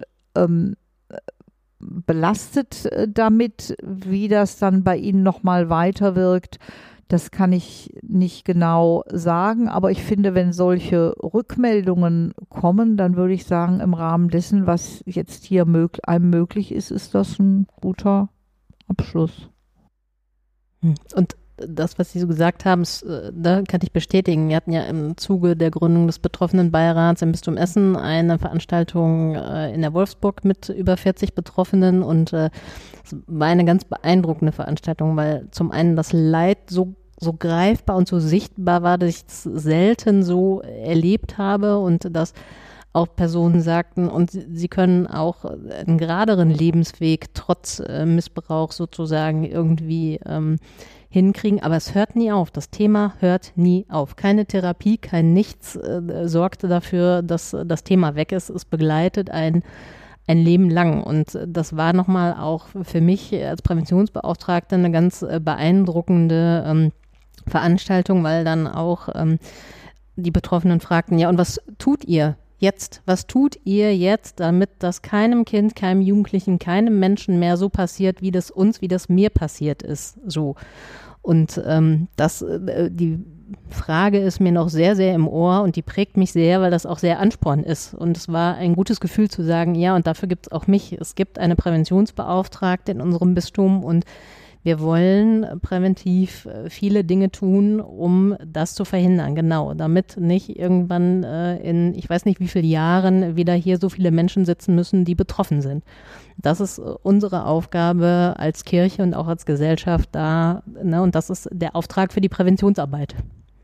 belastet damit, wie das dann bei ihnen nochmal weiterwirkt. Das kann ich nicht genau sagen, aber ich finde, wenn solche Rückmeldungen kommen, dann würde ich sagen, im Rahmen dessen, was jetzt hier einem möglich ist, ist das ein guter Abschluss. Und das, was Sie so gesagt haben, da kann ich bestätigen. Wir hatten ja im Zuge der Gründung des Betroffenenbeirats im Bistum Essen eine Veranstaltung in der Wolfsburg mit über 40 Betroffenen, und es war eine ganz beeindruckende Veranstaltung, weil zum einen das Leid so greifbar und so sichtbar war, dass ich es selten so erlebt habe, und dass auch Personen sagten, und sie können auch einen geraderen Lebensweg trotz Missbrauch sozusagen irgendwie hinkriegen, aber es hört nie auf. Das Thema hört nie auf. Keine Therapie, kein Nichts sorgte dafür, dass das Thema weg ist. Es begleitet ein Leben lang, und das war nochmal auch für mich als Präventionsbeauftragte eine ganz beeindruckende Veranstaltung, weil dann auch die Betroffenen fragten, ja, und was tut ihr jetzt? Was tut ihr jetzt, damit das keinem Kind, keinem Jugendlichen, keinem Menschen mehr so passiert, wie das mir passiert ist, so. Und die Frage ist mir noch sehr, sehr im Ohr, und die prägt mich sehr, weil das auch sehr Ansporn ist. Und es war ein gutes Gefühl zu sagen, ja, und dafür gibt es auch mich. Es gibt eine Präventionsbeauftragte in unserem Bistum, und Wir wollen präventiv viele Dinge tun, um das zu verhindern, genau, damit nicht irgendwann in, ich weiß nicht wie vielen Jahren, wieder hier so viele Menschen sitzen müssen, die betroffen sind. Das ist unsere Aufgabe als Kirche und auch als Gesellschaft da, ne, und das ist der Auftrag für die Präventionsarbeit.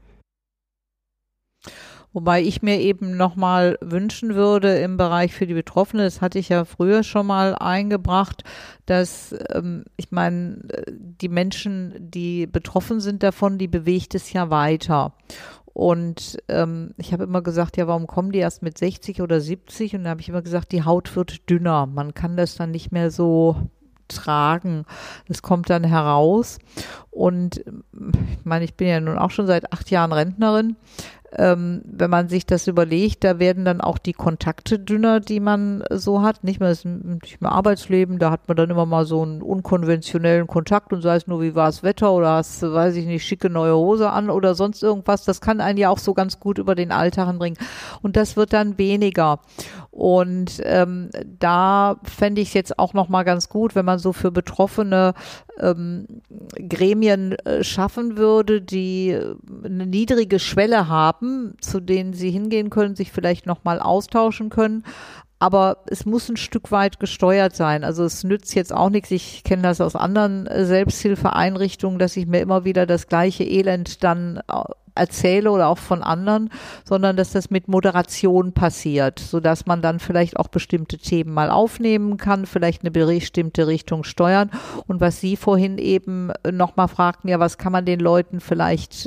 Wobei ich mir eben nochmal wünschen würde im Bereich für die Betroffenen, das hatte ich ja früher schon mal eingebracht, dass, ich meine, die Menschen, die betroffen sind davon, die bewegt es ja weiter. Und ich habe immer gesagt, ja, warum kommen die erst mit 60 oder 70? Und da habe ich immer gesagt, die Haut wird dünner. Man kann das dann nicht mehr so tragen. Das kommt dann heraus. Und ich meine, ich bin ja nun auch schon seit 8 Jahren Rentnerin. Wenn man sich das überlegt, da werden dann auch die Kontakte dünner, die man so hat. Nicht mehr im Arbeitsleben, da hat man dann immer mal so einen unkonventionellen Kontakt und sei es nur, wie war das Wetter oder hast du, weiß ich nicht, schicke neue Hose an oder sonst irgendwas. Das kann einen ja auch so ganz gut über den Alltag hinbringen. Und das wird dann weniger. Und da fände ich es jetzt auch nochmal ganz gut, wenn man so für Betroffene Gremien schaffen würde, die eine niedrige Schwelle haben, zu denen sie hingehen können, sich vielleicht nochmal austauschen können. Aber es muss ein Stück weit gesteuert sein. Also es nützt jetzt auch nichts. Ich kenne das aus anderen Selbsthilfeeinrichtungen, dass ich mir immer wieder das gleiche Elend dann erzähle oder auch von anderen, sondern dass das mit Moderation passiert, sodass man dann vielleicht auch bestimmte Themen mal aufnehmen kann, vielleicht eine bestimmte Richtung steuern. Und was Sie vorhin eben nochmal fragten, ja, was kann man den Leuten vielleicht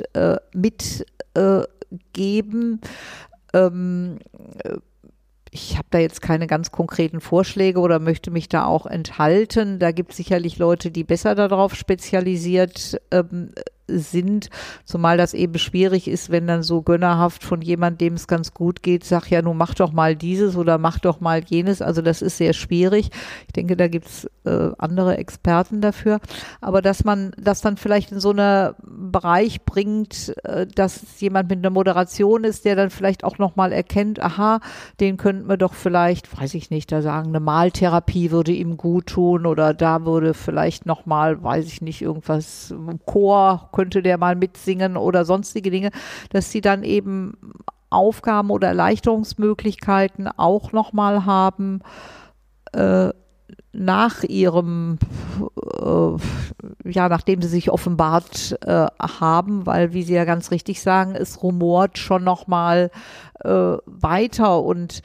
mitgeben? Ich habe da jetzt keine ganz konkreten Vorschläge oder möchte mich da auch enthalten. Da gibt es sicherlich Leute, die besser darauf spezialisiert sind, zumal das eben schwierig ist, wenn dann so gönnerhaft von jemandem, dem es ganz gut geht, sagt, ja, nun mach doch mal dieses oder mach doch mal jenes. Also das ist sehr schwierig. Ich denke, da gibt es andere Experten dafür. Aber dass man das dann vielleicht in so einen Bereich bringt, dass jemand mit einer Moderation ist, der dann vielleicht auch nochmal erkennt, aha, den könnten wir doch vielleicht, weiß ich nicht, da sagen, eine Maltherapie würde ihm gut tun oder da würde vielleicht nochmal, weiß ich nicht, irgendwas im Chor könnte der mal mitsingen oder sonstige Dinge, dass sie dann eben Aufgaben oder Erleichterungsmöglichkeiten auch nochmal haben nach ihrem, nachdem sie sich offenbart haben, weil, wie Sie ja ganz richtig sagen, es rumort schon nochmal weiter und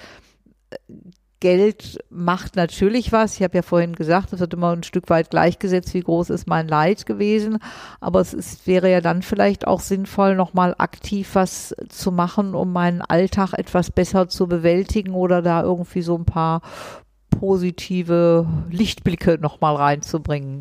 Geld macht natürlich was. Ich habe ja vorhin gesagt, es wird immer ein Stück weit gleichgesetzt, wie groß ist mein Leid gewesen. Aber wäre ja dann vielleicht auch sinnvoll, nochmal aktiv was zu machen, um meinen Alltag etwas besser zu bewältigen oder da irgendwie so ein paar positive Lichtblicke nochmal reinzubringen.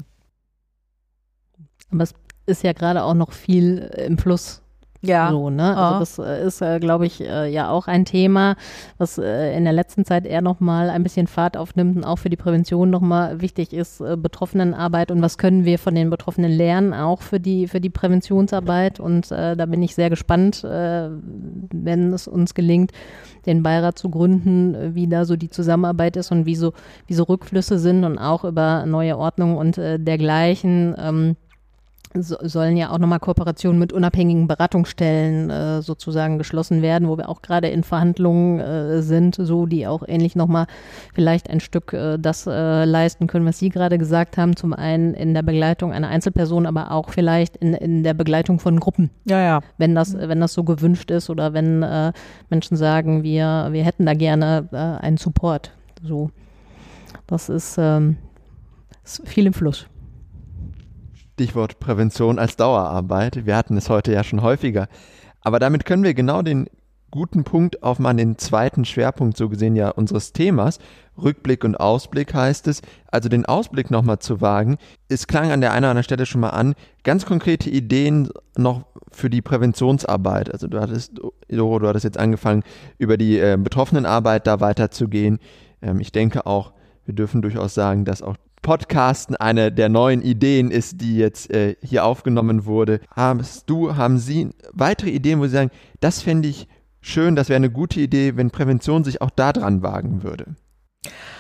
Aber es ist ja gerade auch noch viel im Fluss. Ja. So, ne? Also das ist, glaube ich, ja auch ein Thema, was in der letzten Zeit eher nochmal ein bisschen Fahrt aufnimmt und auch für die Prävention nochmal wichtig ist, Betroffenenarbeit und was können wir von den Betroffenen lernen, auch für die Präventionsarbeit und da bin ich sehr gespannt, wenn es uns gelingt, den Beirat zu gründen, wie da so die Zusammenarbeit ist und wie so Rückflüsse sind und auch über neue Ordnungen und dergleichen, sollen ja auch nochmal Kooperationen mit unabhängigen Beratungsstellen sozusagen geschlossen werden, wo wir auch gerade in Verhandlungen sind, so die auch ähnlich nochmal vielleicht ein Stück das leisten können, was Sie gerade gesagt haben, zum einen in der Begleitung einer Einzelperson, aber auch vielleicht in der Begleitung von Gruppen. Ja. Wenn das so gewünscht ist oder wenn Menschen sagen, wir hätten da gerne einen Support. So, das ist viel im Fluss. Stichwort Prävention als Dauerarbeit. Wir hatten es heute ja schon häufiger. Aber damit können wir genau den guten Punkt aufmachen, den zweiten Schwerpunkt so gesehen ja unseres Themas. Rückblick und Ausblick heißt es. Also den Ausblick nochmal zu wagen. Es klang an der einen oder anderen Stelle schon mal an. Ganz konkrete Ideen noch für die Präventionsarbeit. Also du hattest jetzt angefangen, über die Betroffenenarbeit da weiterzugehen. Ich denke auch, wir dürfen durchaus sagen, dass auch Podcasten eine der neuen Ideen ist, die jetzt hier aufgenommen wurde. Haben Sie weitere Ideen, wo Sie sagen, das fände ich schön, das wäre eine gute Idee, wenn Prävention sich auch da dran wagen würde?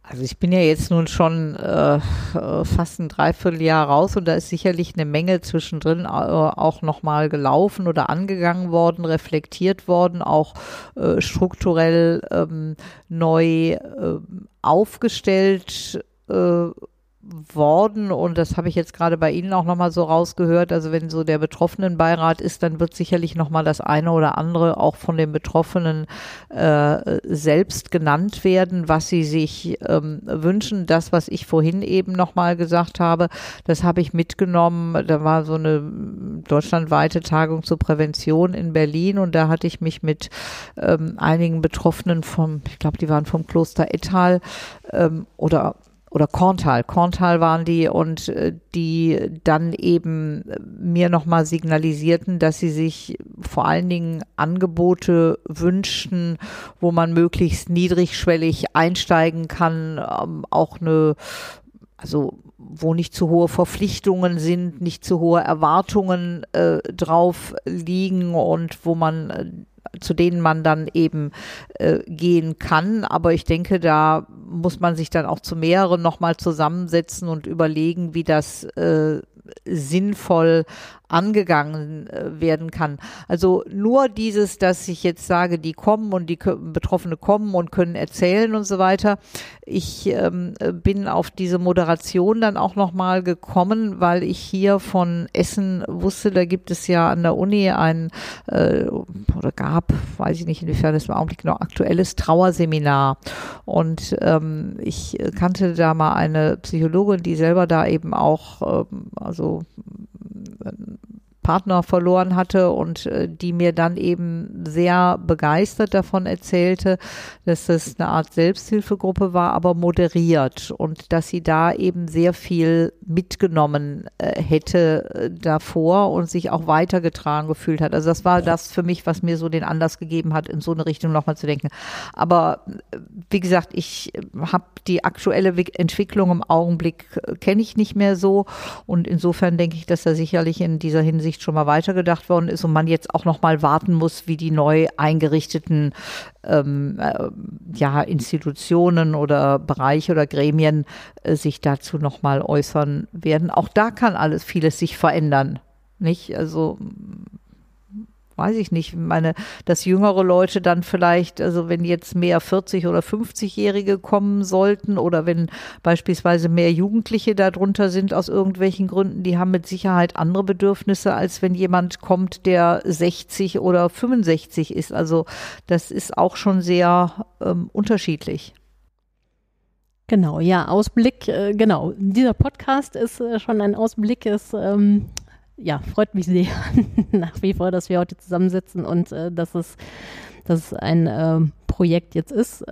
Also ich bin ja jetzt nun schon fast ein Dreivierteljahr raus und da ist sicherlich eine Menge zwischendrin auch nochmal gelaufen oder angegangen worden, reflektiert worden, auch strukturell neu aufgestellt worden, und das habe ich jetzt gerade bei Ihnen auch nochmal so rausgehört. Also wenn so der Betroffenenbeirat ist, dann wird sicherlich nochmal das eine oder andere auch von den Betroffenen selbst genannt werden, was sie sich wünschen. Das, was ich vorhin eben nochmal gesagt habe, das habe ich mitgenommen. Da war so eine deutschlandweite Tagung zur Prävention in Berlin und da hatte ich mich mit einigen Betroffenen ich glaube, die waren vom Kloster Ettal oder Korntal waren die, und die dann eben mir nochmal signalisierten, dass sie sich vor allen Dingen Angebote wünschten, wo man möglichst niedrigschwellig einsteigen kann, wo nicht zu hohe Verpflichtungen sind, nicht zu hohe Erwartungen drauf liegen und zu denen man dann eben gehen kann. Aber ich denke, da muss man sich dann auch zu mehreren nochmal zusammensetzen und überlegen, wie das sinnvoll angegangen werden kann. Also nur dieses, dass ich jetzt sage, die kommen und die Betroffene kommen und können erzählen und so weiter. Ich bin auf diese Moderation dann auch nochmal gekommen, weil ich hier von Essen wusste, da gibt es ja an der Uni weiß ich nicht, inwiefern das im Augenblick noch aktuelles Trauerseminar. Und ich kannte da mal eine Psychologin, die selber da eben auch Partner verloren hatte und die mir dann eben sehr begeistert davon erzählte, dass es eine Art Selbsthilfegruppe war, aber moderiert, und dass sie da eben sehr viel mitgenommen hätte davor und sich auch weitergetragen gefühlt hat. Also das war das für mich, was mir so den Anlass gegeben hat, in so eine Richtung nochmal zu denken. Aber wie gesagt, ich habe die aktuelle Entwicklung im Augenblick kenne ich nicht mehr so, und insofern denke ich, dass da sicherlich in dieser Hinsicht schon mal weitergedacht worden ist und man jetzt auch noch mal warten muss, wie die neu eingerichteten Institutionen oder Bereiche oder Gremien sich dazu noch mal äußern werden. Auch da kann vieles sich verändern, nicht? Also weiß ich nicht, dass jüngere Leute dann vielleicht, also wenn jetzt mehr 40- oder 50-Jährige kommen sollten oder wenn beispielsweise mehr Jugendliche darunter sind aus irgendwelchen Gründen, die haben mit Sicherheit andere Bedürfnisse, als wenn jemand kommt, der 60 oder 65 ist. Also das ist auch schon sehr unterschiedlich. Genau, ja, Ausblick, genau. Dieser Podcast ist schon ein Ausblick, freut mich sehr nach wie vor, dass wir heute zusammensitzen und dass es ein Projekt jetzt ist.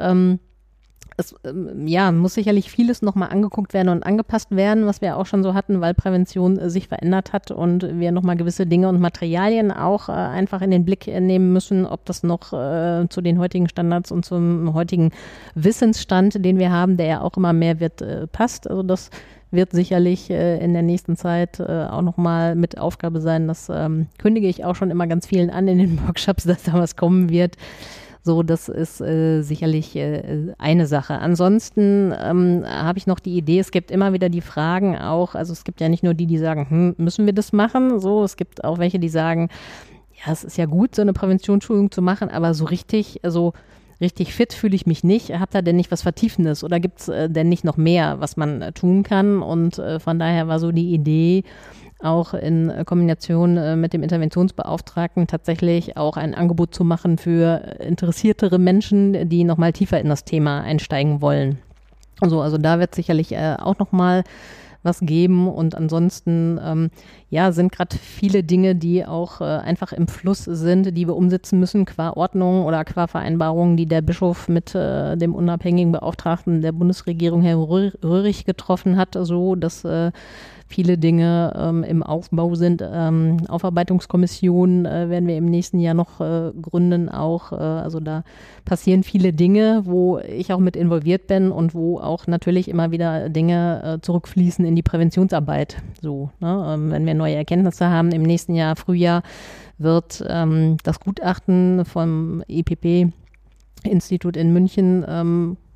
Muss sicherlich vieles nochmal angeguckt werden und angepasst werden, was wir auch schon so hatten, weil Prävention sich verändert hat und wir nochmal gewisse Dinge und Materialien auch einfach in den Blick nehmen müssen, ob das noch zu den heutigen Standards und zum heutigen Wissensstand, den wir haben, der ja auch immer mehr wird, passt. Also das wird sicherlich in der nächsten Zeit auch nochmal mit Aufgabe sein. Das kündige ich auch schon immer ganz vielen an in den Workshops, dass da was kommen wird. So, das ist sicherlich eine Sache. Ansonsten habe ich noch die Idee, es gibt immer wieder die Fragen auch, also es gibt ja nicht nur die sagen, müssen wir das machen? So, es gibt auch welche, die sagen, ja, es ist ja gut, so eine Präventionsschulung zu machen, aber so richtig fit fühle ich mich nicht. Habt ihr denn nicht was Vertiefendes oder gibt es denn nicht noch mehr, was man tun kann? Und von daher war so die Idee, auch in Kombination mit dem Interventionsbeauftragten tatsächlich auch ein Angebot zu machen für interessiertere Menschen, die nochmal tiefer in das Thema einsteigen wollen. Also da wird sicherlich auch nochmal was geben und ansonsten sind gerade viele Dinge, die auch einfach im Fluss sind, die wir umsetzen müssen qua Ordnung oder qua Vereinbarung, die der Bischof mit dem unabhängigen Beauftragten der Bundesregierung, Herr Röhrig, getroffen hat, so dass viele Dinge im Aufbau sind. Aufarbeitungskommissionen werden wir im nächsten Jahr noch gründen auch. Also da passieren viele Dinge, wo ich auch mit involviert bin und wo auch natürlich immer wieder Dinge zurückfließen in die Präventionsarbeit. So, ne? Wenn wir neue Erkenntnisse haben, im nächsten Jahr, Frühjahr, wird das Gutachten vom EPP-Institut in München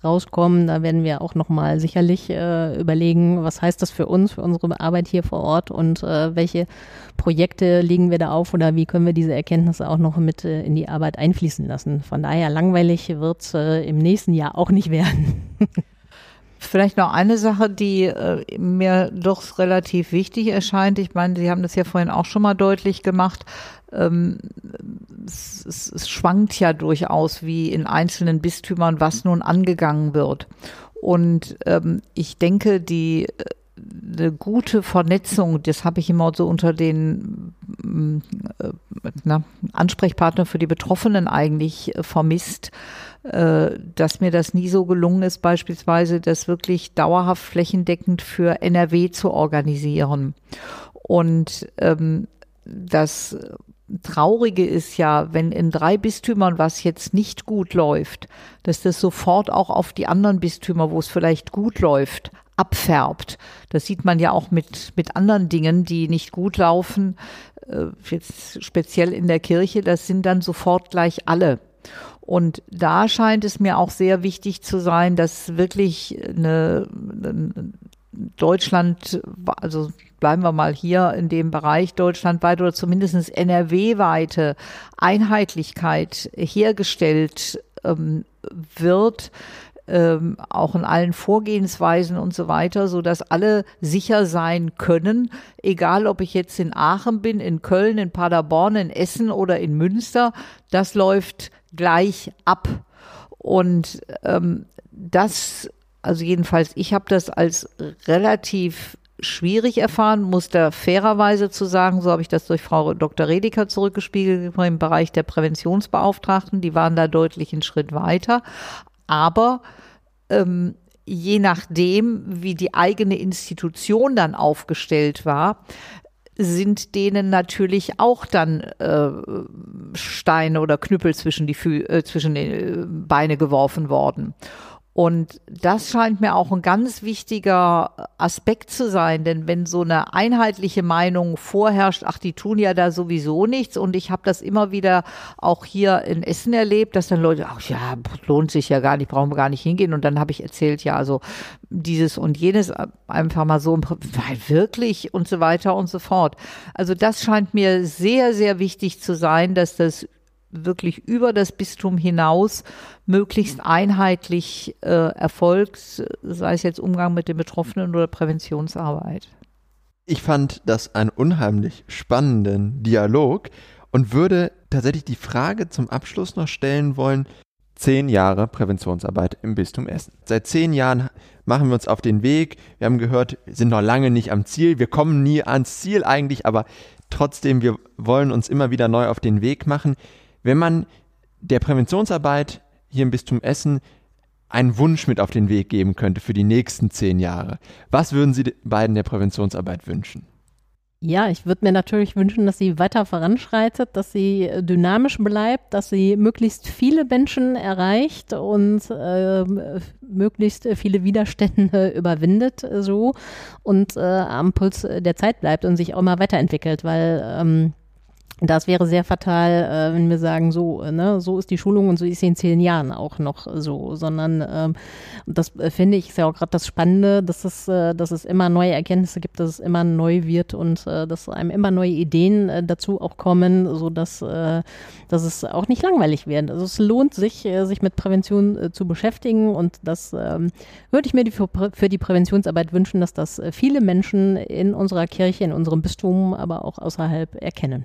rauskommen. Da werden wir auch nochmal sicherlich überlegen, was heißt das für uns, für unsere Arbeit hier vor Ort und welche Projekte legen wir da auf oder wie können wir diese Erkenntnisse auch noch mit in die Arbeit einfließen lassen. Von daher langweilig wird es im nächsten Jahr auch nicht werden. Vielleicht noch eine Sache, die mir doch relativ wichtig erscheint. Ich meine, Sie haben das ja vorhin auch schon mal deutlich gemacht. Es schwankt ja durchaus, wie in einzelnen Bistümern, was nun angegangen wird. Und ich denke, eine gute Vernetzung, das habe ich immer so unter den Ansprechpartnern für die Betroffenen eigentlich vermisst, dass mir das nie so gelungen ist, beispielsweise das wirklich dauerhaft flächendeckend für NRW zu organisieren. Und das Traurige ist ja, wenn in 3 Bistümern was jetzt nicht gut läuft, dass das sofort auch auf die anderen Bistümer, wo es vielleicht gut läuft, abfärbt. Das sieht man ja auch mit anderen Dingen, die nicht gut laufen, jetzt speziell in der Kirche, das sind dann sofort gleich alle. Und da scheint es mir auch sehr wichtig zu sein, dass wirklich eine Deutschland, also bleiben wir mal hier in dem Bereich deutschlandweit oder zumindest NRW-weite Einheitlichkeit hergestellt wird, auch in allen Vorgehensweisen und so weiter, so dass alle sicher sein können, egal ob ich jetzt in Aachen bin, in Köln, in Paderborn, in Essen oder in Münster, das läuft gleich ab. Und also jedenfalls, ich habe das als relativ schwierig erfahren, muss da fairerweise zu sagen, so habe ich das durch Frau Dr. Redeker zurückgespiegelt im Bereich der Präventionsbeauftragten, die waren da deutlich einen Schritt weiter. Aber je nachdem, wie die eigene Institution dann aufgestellt war, sind denen natürlich auch dann Steine oder Knüppel zwischen die Beine geworfen worden. Und das scheint mir auch ein ganz wichtiger Aspekt zu sein, denn wenn so eine einheitliche Meinung vorherrscht, ach, die tun ja da sowieso nichts, und ich habe das immer wieder auch hier in Essen erlebt, dass dann Leute, ach ja, lohnt sich ja gar nicht, brauchen wir gar nicht hingehen, und dann habe ich erzählt, ja, also dieses und jenes einfach mal so, wirklich und so weiter und so fort. Also das scheint mir sehr, sehr wichtig zu sein, dass das wirklich über das Bistum hinaus möglichst einheitlich erfolgt, sei es jetzt Umgang mit den Betroffenen oder Präventionsarbeit. Ich fand das einen unheimlich spannenden Dialog und würde tatsächlich die Frage zum Abschluss noch stellen wollen: 10 Jahre Präventionsarbeit im Bistum Essen. Seit 10 Jahren machen wir uns auf den Weg. Wir haben gehört, wir sind noch lange nicht am Ziel. Wir kommen nie ans Ziel eigentlich, aber trotzdem, wir wollen uns immer wieder neu auf den Weg machen. Wenn man der Präventionsarbeit hier im Bistum Essen einen Wunsch mit auf den Weg geben könnte für die nächsten 10 Jahre, was würden Sie beiden der Präventionsarbeit wünschen? Ja, ich würde mir natürlich wünschen, dass sie weiter voranschreitet, dass sie dynamisch bleibt, dass sie möglichst viele Menschen erreicht und möglichst viele Widerstände überwindet und am Puls der Zeit bleibt und sich auch mal weiterentwickelt, weil das wäre sehr fatal, wenn wir sagen, so ist die Schulung und so ist sie in 10 Jahren auch noch so, sondern das finde ich, ist ja auch gerade das Spannende, dass es immer neue Erkenntnisse gibt, dass es immer neu wird und dass einem immer neue Ideen dazu auch kommen, so dass es auch nicht langweilig wird. Also es lohnt sich, sich mit Prävention zu beschäftigen, und das würde ich mir für die Präventionsarbeit wünschen, dass das viele Menschen in unserer Kirche, in unserem Bistum, aber auch außerhalb erkennen.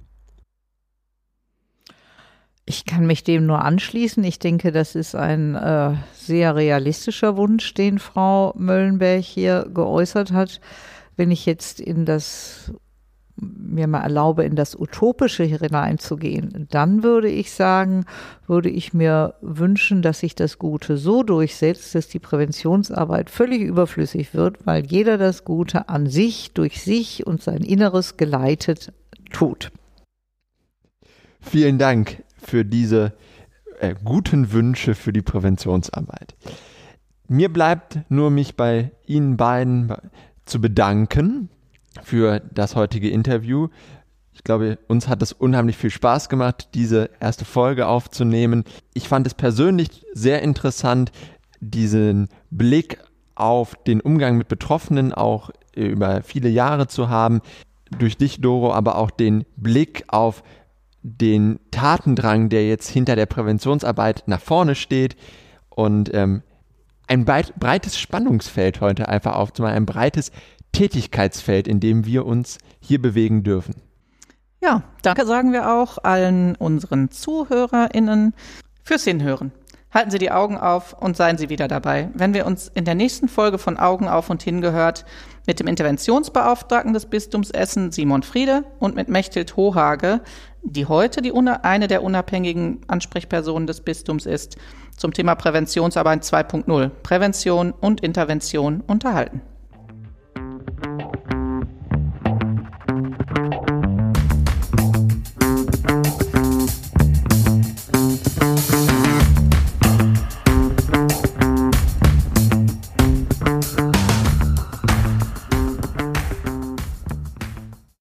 Ich kann mich dem nur anschließen. Ich denke, das ist ein sehr realistischer Wunsch, den Frau Möllenberg hier geäußert hat. Wenn ich jetzt mir mal erlaube, in das Utopische hineinzugehen, dann würde ich mir wünschen, dass sich das Gute so durchsetzt, dass die Präventionsarbeit völlig überflüssig wird, weil jeder das Gute an sich, durch sich und sein Inneres geleitet tut. Vielen Dank für diese guten Wünsche für die Präventionsarbeit. Mir bleibt nur, mich bei Ihnen beiden zu bedanken für das heutige Interview. Ich glaube, uns hat es unheimlich viel Spaß gemacht, diese erste Folge aufzunehmen. Ich fand es persönlich sehr interessant, diesen Blick auf den Umgang mit Betroffenen auch über viele Jahre zu haben. Durch dich, Doro, aber auch den Blick auf den Tatendrang, der jetzt hinter der Präventionsarbeit nach vorne steht und ein breites Spannungsfeld heute einfach aufzumachen, ein breites Tätigkeitsfeld, in dem wir uns hier bewegen dürfen. Ja, danke sagen wir auch allen unseren ZuhörerInnen fürs Hinhören. Halten Sie die Augen auf und seien Sie wieder dabei, wenn wir uns in der nächsten Folge von Augen auf und hingehört mit dem Interventionsbeauftragten des Bistums Essen, Simon Friede, und mit Mechthild Hohage, die heute eine der unabhängigen Ansprechpersonen des Bistums ist, zum Thema Präventionsarbeit 2.0, Prävention und Intervention unterhalten.